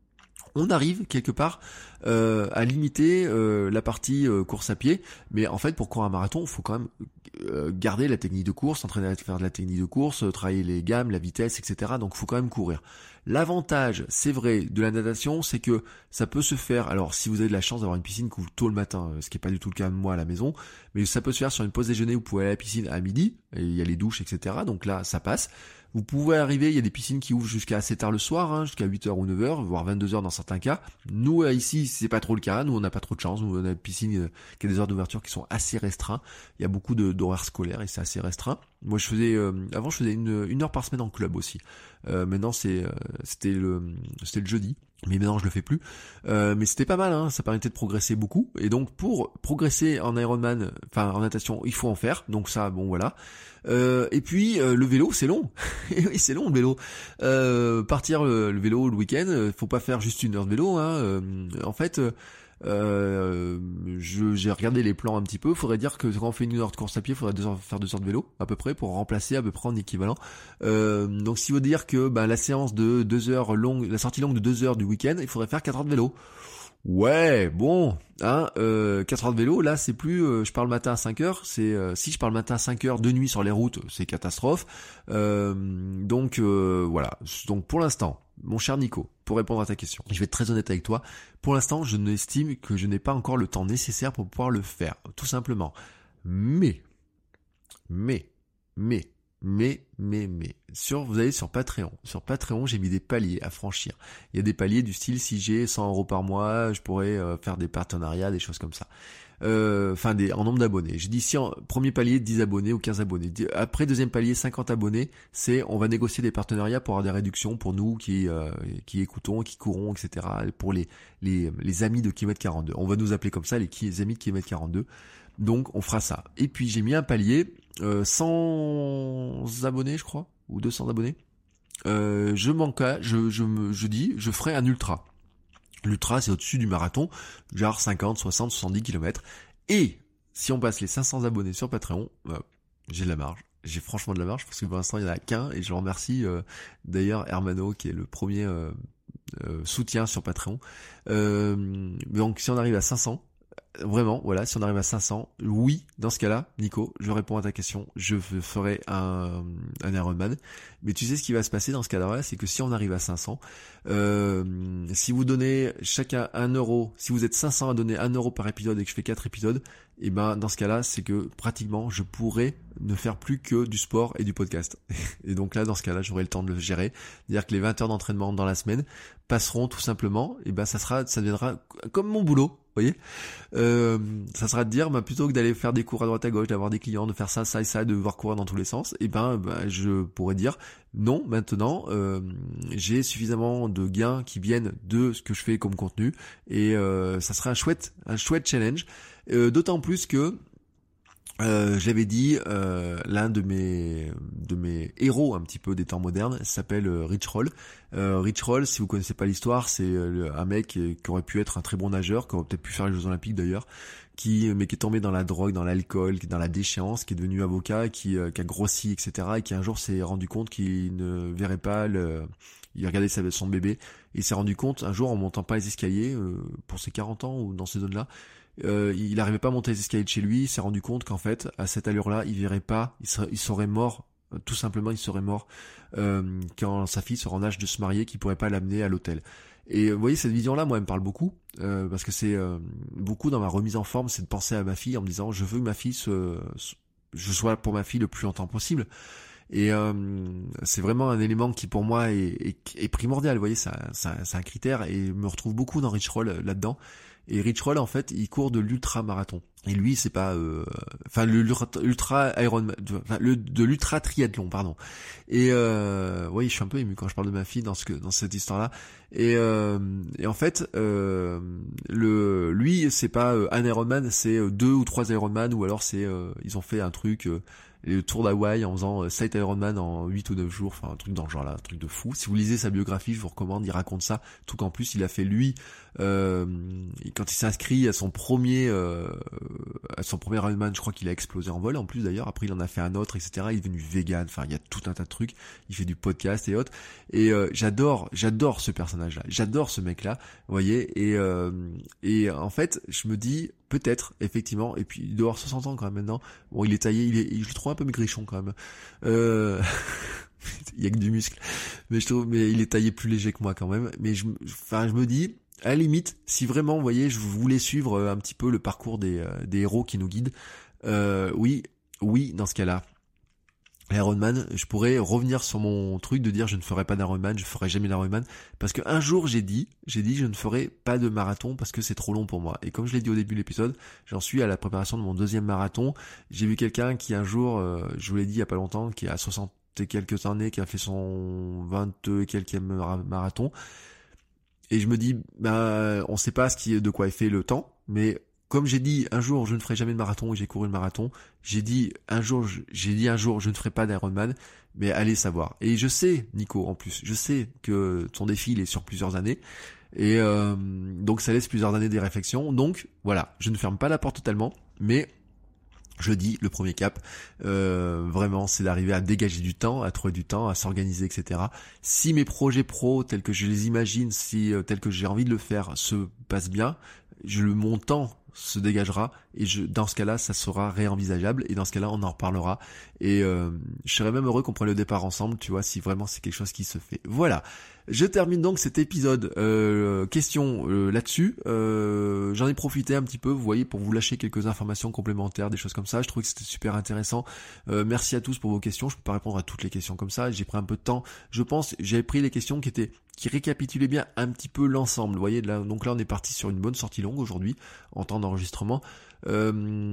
on arrive quelque part euh, à limiter euh, la partie euh, course à pied, mais en fait pour courir un marathon, il faut quand même euh, garder la technique de course, s'entraîner à faire de la technique de course, euh, travailler les gammes, la vitesse, et cetera. Donc il faut quand même courir. L'avantage, c'est vrai, de la natation, c'est que ça peut se faire, alors si vous avez de la chance d'avoir une piscine qui ouvre tôt le matin, ce qui n'est pas du tout le cas de moi à la maison, mais ça peut se faire sur une pause déjeuner, vous pouvez aller à la piscine à midi, et il y a les douches, et cetera. Donc là, ça passe. Vous pouvez arriver, il y a des piscines qui ouvrent jusqu'à assez tard le soir, hein, jusqu'à huit heures ou neuf heures, voire vingt-deux heures dans certains cas. Nous, ici, c'est pas trop le cas, nous on n'a pas trop de chance, nous on a une piscine qui a des heures d'ouverture qui sont assez restreintes, il y a beaucoup de, d'horaires scolaires et c'est assez restreint. Moi je faisais, euh, avant je faisais une, une heure par semaine en club aussi, euh, maintenant c'est, euh, c'était le, c'était le jeudi. Mais maintenant je le fais plus, euh, mais c'était pas mal, hein, ça permettait de progresser beaucoup. Et donc pour progresser en Ironman, enfin en natation, il faut en faire. Donc ça, bon voilà. Euh, et puis euh, le vélo, c'est long. Et oui, c'est long le vélo. Euh, partir le, le vélo le week-end, faut pas faire juste une heure de vélo. Hein. Euh, en fait, euh, je, j'ai regardé les plans un petit peu. Faudrait dire que quand on fait une heure de course à pied, faudrait deux heures, faire deux heures de vélo à peu près pour remplacer à peu près en équivalent. Euh, donc, ce qui veut dire que bah, la séance de deux heures longue, la sortie longue de deux heures du week-end, il faudrait faire quatre heures de vélo. Ouais, bon, hein, euh, quatre heures de vélo, là c'est plus, euh, je pars le matin à cinq heures, c'est euh, si je pars le matin à cinq heures de nuit sur les routes, c'est catastrophe. Euh, donc euh, voilà, donc pour l'instant, mon cher Nico, pour répondre à ta question, je vais être très honnête avec toi, pour l'instant je n'estime que je n'ai pas encore le temps nécessaire pour pouvoir le faire, tout simplement. Mais, mais, mais, Mais, mais, mais, sur, vous allez sur Patreon. Sur Patreon, j'ai mis des paliers à franchir. Il y a des paliers du style, si j'ai cent euros par mois, je pourrais euh, faire des partenariats, des choses comme ça. Euh, enfin, des, en nombre d'abonnés. J'ai dit, si en premier palier, dix abonnés ou quinze abonnés. Après, deuxième palier, cinquante abonnés, c'est, on va négocier des partenariats pour avoir des réductions pour nous qui, euh, qui écoutons, qui courons, et cetera. Pour les, les, les amis de kilomètre quarante-deux. On va nous appeler comme ça, les, les amis de kilomètre quarante-deux. Donc, on fera ça. Et puis, j'ai mis un palier, Euh, cent abonnés je crois ou deux cents abonnés, euh, je manque je je me je dis je ferai un ultra. L'ultra c'est au-dessus du marathon, genre cinquante, soixante, soixante-dix kilomètres. Et si on passe les cinq cents abonnés sur Patreon, euh, j'ai de la marge. J'ai franchement de la marge parce que pour l'instant il y en a qu'un et je remercie euh, d'ailleurs Hermano qui est le premier euh, euh, soutien sur Patreon. Euh, donc si on arrive à cinq cents, vraiment, voilà, si on arrive à cinq cents, oui, dans ce cas-là, Nico, je réponds à ta question, je ferai un, un Ironman. Mais tu sais ce qui va se passer dans ce cas-là, c'est que si on arrive à cinq cents, euh, si vous donnez chacun un euro, si vous êtes cinq cents à donner un euro par épisode et que je fais quatre épisodes, et ben dans ce cas-là, c'est que pratiquement je pourrais ne faire plus que du sport et du podcast. Et donc là, dans ce cas-là, j'aurai le temps de le gérer. C'est-à-dire que les vingt heures d'entraînement dans la semaine passeront tout simplement, et ben ça sera, ça deviendra comme mon boulot. Vous voyez, euh, ça sera de dire, bah, plutôt que d'aller faire des cours à droite à gauche, d'avoir des clients, de faire ça, ça et ça, de devoir courir dans tous les sens, et ben, bah, je pourrais dire non. Maintenant, euh, j'ai suffisamment de gains qui viennent de ce que je fais comme contenu, et euh, ça sera un chouette, un chouette challenge. Euh, d'autant plus que Euh, j'avais dit, euh, l'un de mes de mes héros un petit peu des temps modernes s'appelle euh, Rich Roll. Euh, Rich Roll, si vous connaissez pas l'histoire, c'est euh, un mec qui, qui aurait pu être un très bon nageur, qui aurait peut-être pu faire les Jeux Olympiques d'ailleurs, qui mais qui est tombé dans la drogue, dans l'alcool, dans la déchéance, qui est devenu avocat, qui, euh, qui a grossi, et cetera, et qui un jour s'est rendu compte qu'il ne verrait pas le... Il regardait son bébé, et il s'est rendu compte un jour en montant pas les escaliers, euh, pour ses quarante ans ou dans ces zones-là, Euh, il n'arrivait pas à monter les escaliers de chez lui, il s'est rendu compte qu'en fait, à cette allure-là, il verrait pas, il serait, il serait mort tout simplement il serait mort euh, quand sa fille sera en âge de se marier, qu'il pourrait pas l'amener à l'hôtel. Et vous voyez, cette vision-là, moi, elle me parle beaucoup, euh, parce que c'est euh, beaucoup dans ma remise en forme, c'est de penser à ma fille en me disant, je veux que ma fille se, se je sois pour ma fille le plus longtemps possible. Et euh, c'est vraiment un élément qui pour moi est, est, est primordial. Vous voyez, c'est un, c'est un, c'est un critère, et je me retrouve beaucoup dans Rich Roll là-dedans. Et Rich Roll, en fait, il court de l'ultra marathon. Et lui, c'est pas, euh, enfin, le l'ultra Ironman, enfin, le de l'ultra triathlon, pardon. Et euh, oui, je suis un peu ému quand je parle de ma fille dans ce que dans cette histoire-là. Et euh, et en fait, euh, le lui, c'est pas un Ironman, c'est deux ou trois Ironman, ou alors c'est euh, ils ont fait un truc. Euh, le tour d'Hawaï en faisant sept Ironman en huit ou neuf jours, enfin un truc dans le genre là, un truc de fou. Si vous lisez sa biographie, je vous recommande, il raconte ça, tout qu'en plus il a fait lui, euh, quand il s'est inscrit à son premier euh, à son premier Ironman, je crois qu'il a explosé en vol en plus d'ailleurs, après il en a fait un autre, et cetera. Il est devenu vegan, enfin il y a tout un tas de trucs, il fait du podcast et autres, et euh, j'adore, j'adore ce personnage-là, j'adore ce mec-là, vous voyez, et, euh, et en fait, je me dis, peut-être, effectivement, et puis il doit avoir soixante ans quand même maintenant. Bon, il est taillé, il est, je le trouve un peu maigrichon quand même. Euh... il y a que du muscle, mais je trouve, mais il est taillé plus léger que moi quand même. Mais je, enfin, je me dis, à la limite, si vraiment, vous voyez, je voulais suivre un petit peu le parcours des, des héros qui nous guident, euh, oui, oui, dans ce cas-là. Ironman, je pourrais revenir sur mon truc de dire je ne ferai pas d'Ironman, je ferai jamais d'Ironman, parce que un jour j'ai dit, j'ai dit je ne ferai pas de marathon parce que c'est trop long pour moi. Et comme je l'ai dit au début de l'épisode, j'en suis à la préparation de mon deuxième marathon. J'ai vu quelqu'un qui un jour, euh, je vous l'ai dit il y a pas longtemps, qui a soixante et quelques années, qui a fait son vingt et quelques marathon. Et je me dis, ben, on sait pas ce qui, de quoi est fait le temps, mais comme j'ai dit un jour je ne ferai jamais de marathon et j'ai couru le marathon, j'ai dit un jour j'ai dit un jour je ne ferai pas d'Ironman, mais allez savoir. Et je sais, Nico, en plus, je sais que ton défi il est sur plusieurs années, et euh, donc ça laisse plusieurs années des réflexions. Donc voilà, je ne ferme pas la porte totalement, mais je dis, le premier cap, euh, vraiment, c'est d'arriver à dégager du temps, à trouver du temps, à s'organiser, et cetera. Si mes projets pro, tels que je les imagine, si euh, tels que j'ai envie de le faire, se passent bien, je le mon temps se dégagera, et je, dans ce cas-là, ça sera réenvisageable, et dans ce cas-là, on en reparlera, et euh, je serais même heureux qu'on prenne le départ ensemble, tu vois, si vraiment c'est quelque chose qui se fait. Voilà. Je termine donc cet épisode euh, question euh, là-dessus. Euh, j'en ai profité un petit peu, vous voyez, pour vous lâcher quelques informations complémentaires, des choses comme ça. Je trouvais que c'était super intéressant. Euh, merci à tous pour vos questions. Je peux pas répondre à toutes les questions comme ça. J'ai pris un peu de temps. Je pense, j'avais pris les questions qui étaient qui récapitulaient bien un petit peu l'ensemble. Vous voyez, là, donc là, on est parti sur une bonne sortie longue aujourd'hui en temps d'enregistrement. Euh,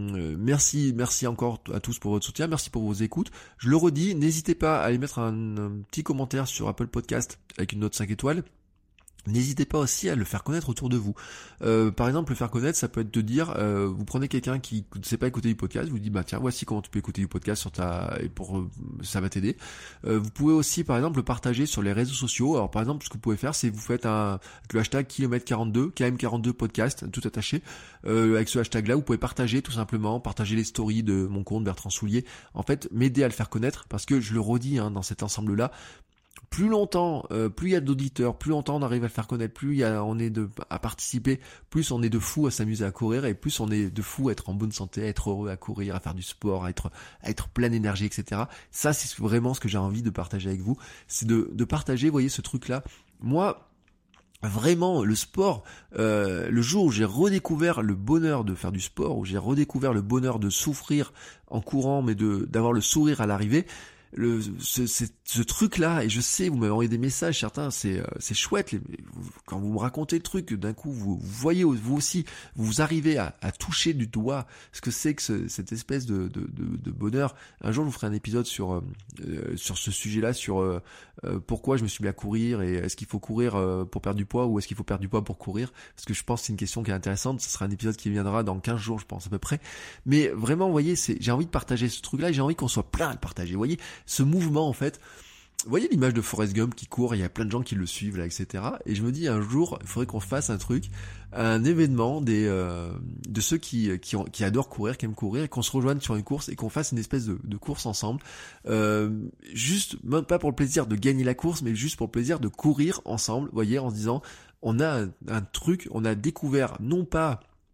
merci, merci encore à tous pour votre soutien, merci pour vos écoutes. Je le redis, n'hésitez pas à aller mettre un, un petit commentaire sur Apple Podcast avec une note cinq étoiles. N'hésitez pas aussi à le faire connaître autour de vous. Euh, par exemple, le faire connaître, ça peut être de dire, euh, vous prenez quelqu'un qui ne sait pas écouter du podcast, vous dites, bah tiens, voici comment tu peux écouter du podcast sur ta, et pour, euh, ça va t'aider. Euh, vous pouvez aussi, par exemple, le partager sur les réseaux sociaux. Alors, par exemple, ce que vous pouvez faire, c'est vous faites un, avec le hashtag kilomètre quarante-deux, K M quarante-deux podcast, tout attaché. Euh, avec ce hashtag-là, vous pouvez partager tout simplement, partager les stories de mon compte Bertrand Soulier. En fait, m'aider à le faire connaître, parce que je le redis, hein, dans cet ensemble-là, plus longtemps, euh, plus il y a d'auditeurs, plus longtemps on arrive à le faire connaître, plus il y a, on est de, à participer, plus on est de fous à s'amuser à courir, et plus on est de fous à être en bonne santé, à être heureux à courir, à faire du sport, à être, à être plein d'énergie, et cetera. Ça, c'est vraiment ce que j'ai envie de partager avec vous. C'est de, de partager, vous voyez, ce truc-là. Moi, vraiment, le sport, euh, le jour où j'ai redécouvert le bonheur de faire du sport, où j'ai redécouvert le bonheur de souffrir en courant, mais de, d'avoir le sourire à l'arrivée, le ce, ce, ce truc là, et je sais, vous m'avez envoyé des messages, certains, c'est c'est chouette, les, vous, quand vous me racontez le truc, d'un coup vous, vous voyez vous aussi, vous arrivez à, à toucher du doigt ce que c'est que ce, cette espèce de, de, de, de bonheur. Un jour je vous ferai un épisode sur euh, sur ce sujet là, sur euh, euh, pourquoi je me suis mis à courir, et est-ce qu'il faut courir euh, pour perdre du poids, ou est-ce qu'il faut perdre du poids pour courir, parce que je pense que c'est une question qui est intéressante. Ce sera un épisode qui viendra dans quinze jours, je pense, à peu près. Mais vraiment, vous voyez, c'est, j'ai envie de partager ce truc là, et j'ai envie qu'on soit plein à le partager, vous voyez, ce mouvement, en fait. Vous voyez l'image de Forrest Gump qui court, il y a plein de gens qui le suivent là, et cetera. Et je me dis, un jour, il faudrait qu'on fasse un truc, un événement des euh, de ceux qui qui, ont, qui adorent courir, qui aiment courir, et qu'on se rejoigne sur une course, et qu'on fasse une espèce de, de course ensemble. Euh, juste, même pas pour le plaisir de gagner la course, mais juste pour le plaisir de courir ensemble, vous voyez, en se disant, on a un, un truc, on a découvert, non pas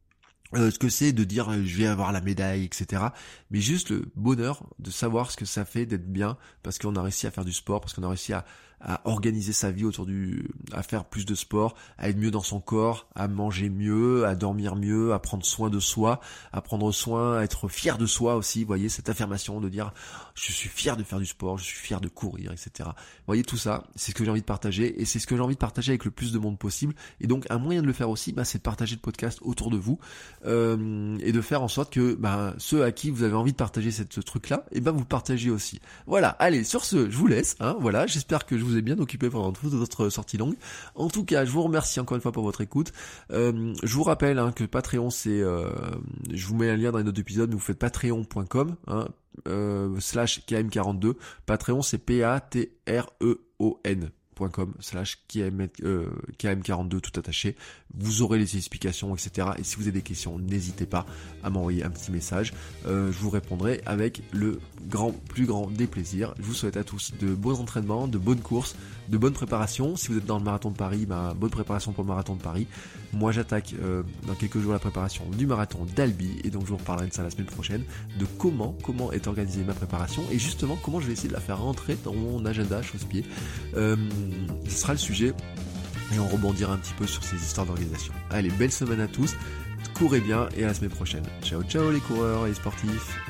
Euh, ce que c'est de dire euh, je vais avoir la médaille, et cetera. Mais juste le bonheur de savoir ce que ça fait d'être bien parce qu'on a réussi à faire du sport, parce qu'on a réussi à, à organiser sa vie autour du, à faire plus de sport, à être mieux dans son corps, à manger mieux, à dormir mieux, à prendre soin de soi, à prendre soin, à être fier de soi aussi. Vous voyez cette affirmation de dire je suis fier de faire du sport, je suis fier de courir, et cetera. Vous voyez tout ça, c'est ce que j'ai envie de partager et c'est ce que j'ai envie de partager avec le plus de monde possible. Et donc un moyen de le faire aussi, bah, c'est de partager le podcast autour de vous. Euh, et de faire en sorte que bah, ceux à qui vous avez envie de partager cette, ce truc-là, et ben vous partagez aussi. Voilà, allez, sur ce, je vous laisse. Hein, voilà, j'espère que je vous ai bien occupé pendant toute votre sortie longue. En tout cas, je vous remercie encore une fois pour votre écoute. Euh, je vous rappelle hein, que Patreon, c'est... Euh, je vous mets un lien dans les notes d'épisode, mais vous faites patreon point com, hein, euh, slash K M quarante-deux. Patreon, c'est P A T R E O N. .com slash K M quarante-deux tout attaché. Vous aurez les explications, et cetera. Et si vous avez des questions, n'hésitez pas à m'envoyer un petit message. Euh, je vous répondrai avec le grand, plus grand des plaisirs. Je vous souhaite à tous de bons entraînements, de bonnes courses, de bonnes préparations. Si vous êtes dans le marathon de Paris, bah, bonne préparation pour le marathon de Paris. Moi, j'attaque euh, dans quelques jours la préparation du marathon d'Albi. Et donc, je vous reparlerai de ça la semaine prochaine, de comment, comment est organisée ma préparation et justement comment je vais essayer de la faire rentrer dans mon agenda chausse-pied. Euh, ce sera le sujet et on rebondira un petit peu sur ces histoires d'organisation. Allez, belle semaine à tous, courez bien et à la semaine prochaine. Ciao ciao les coureurs et les sportifs.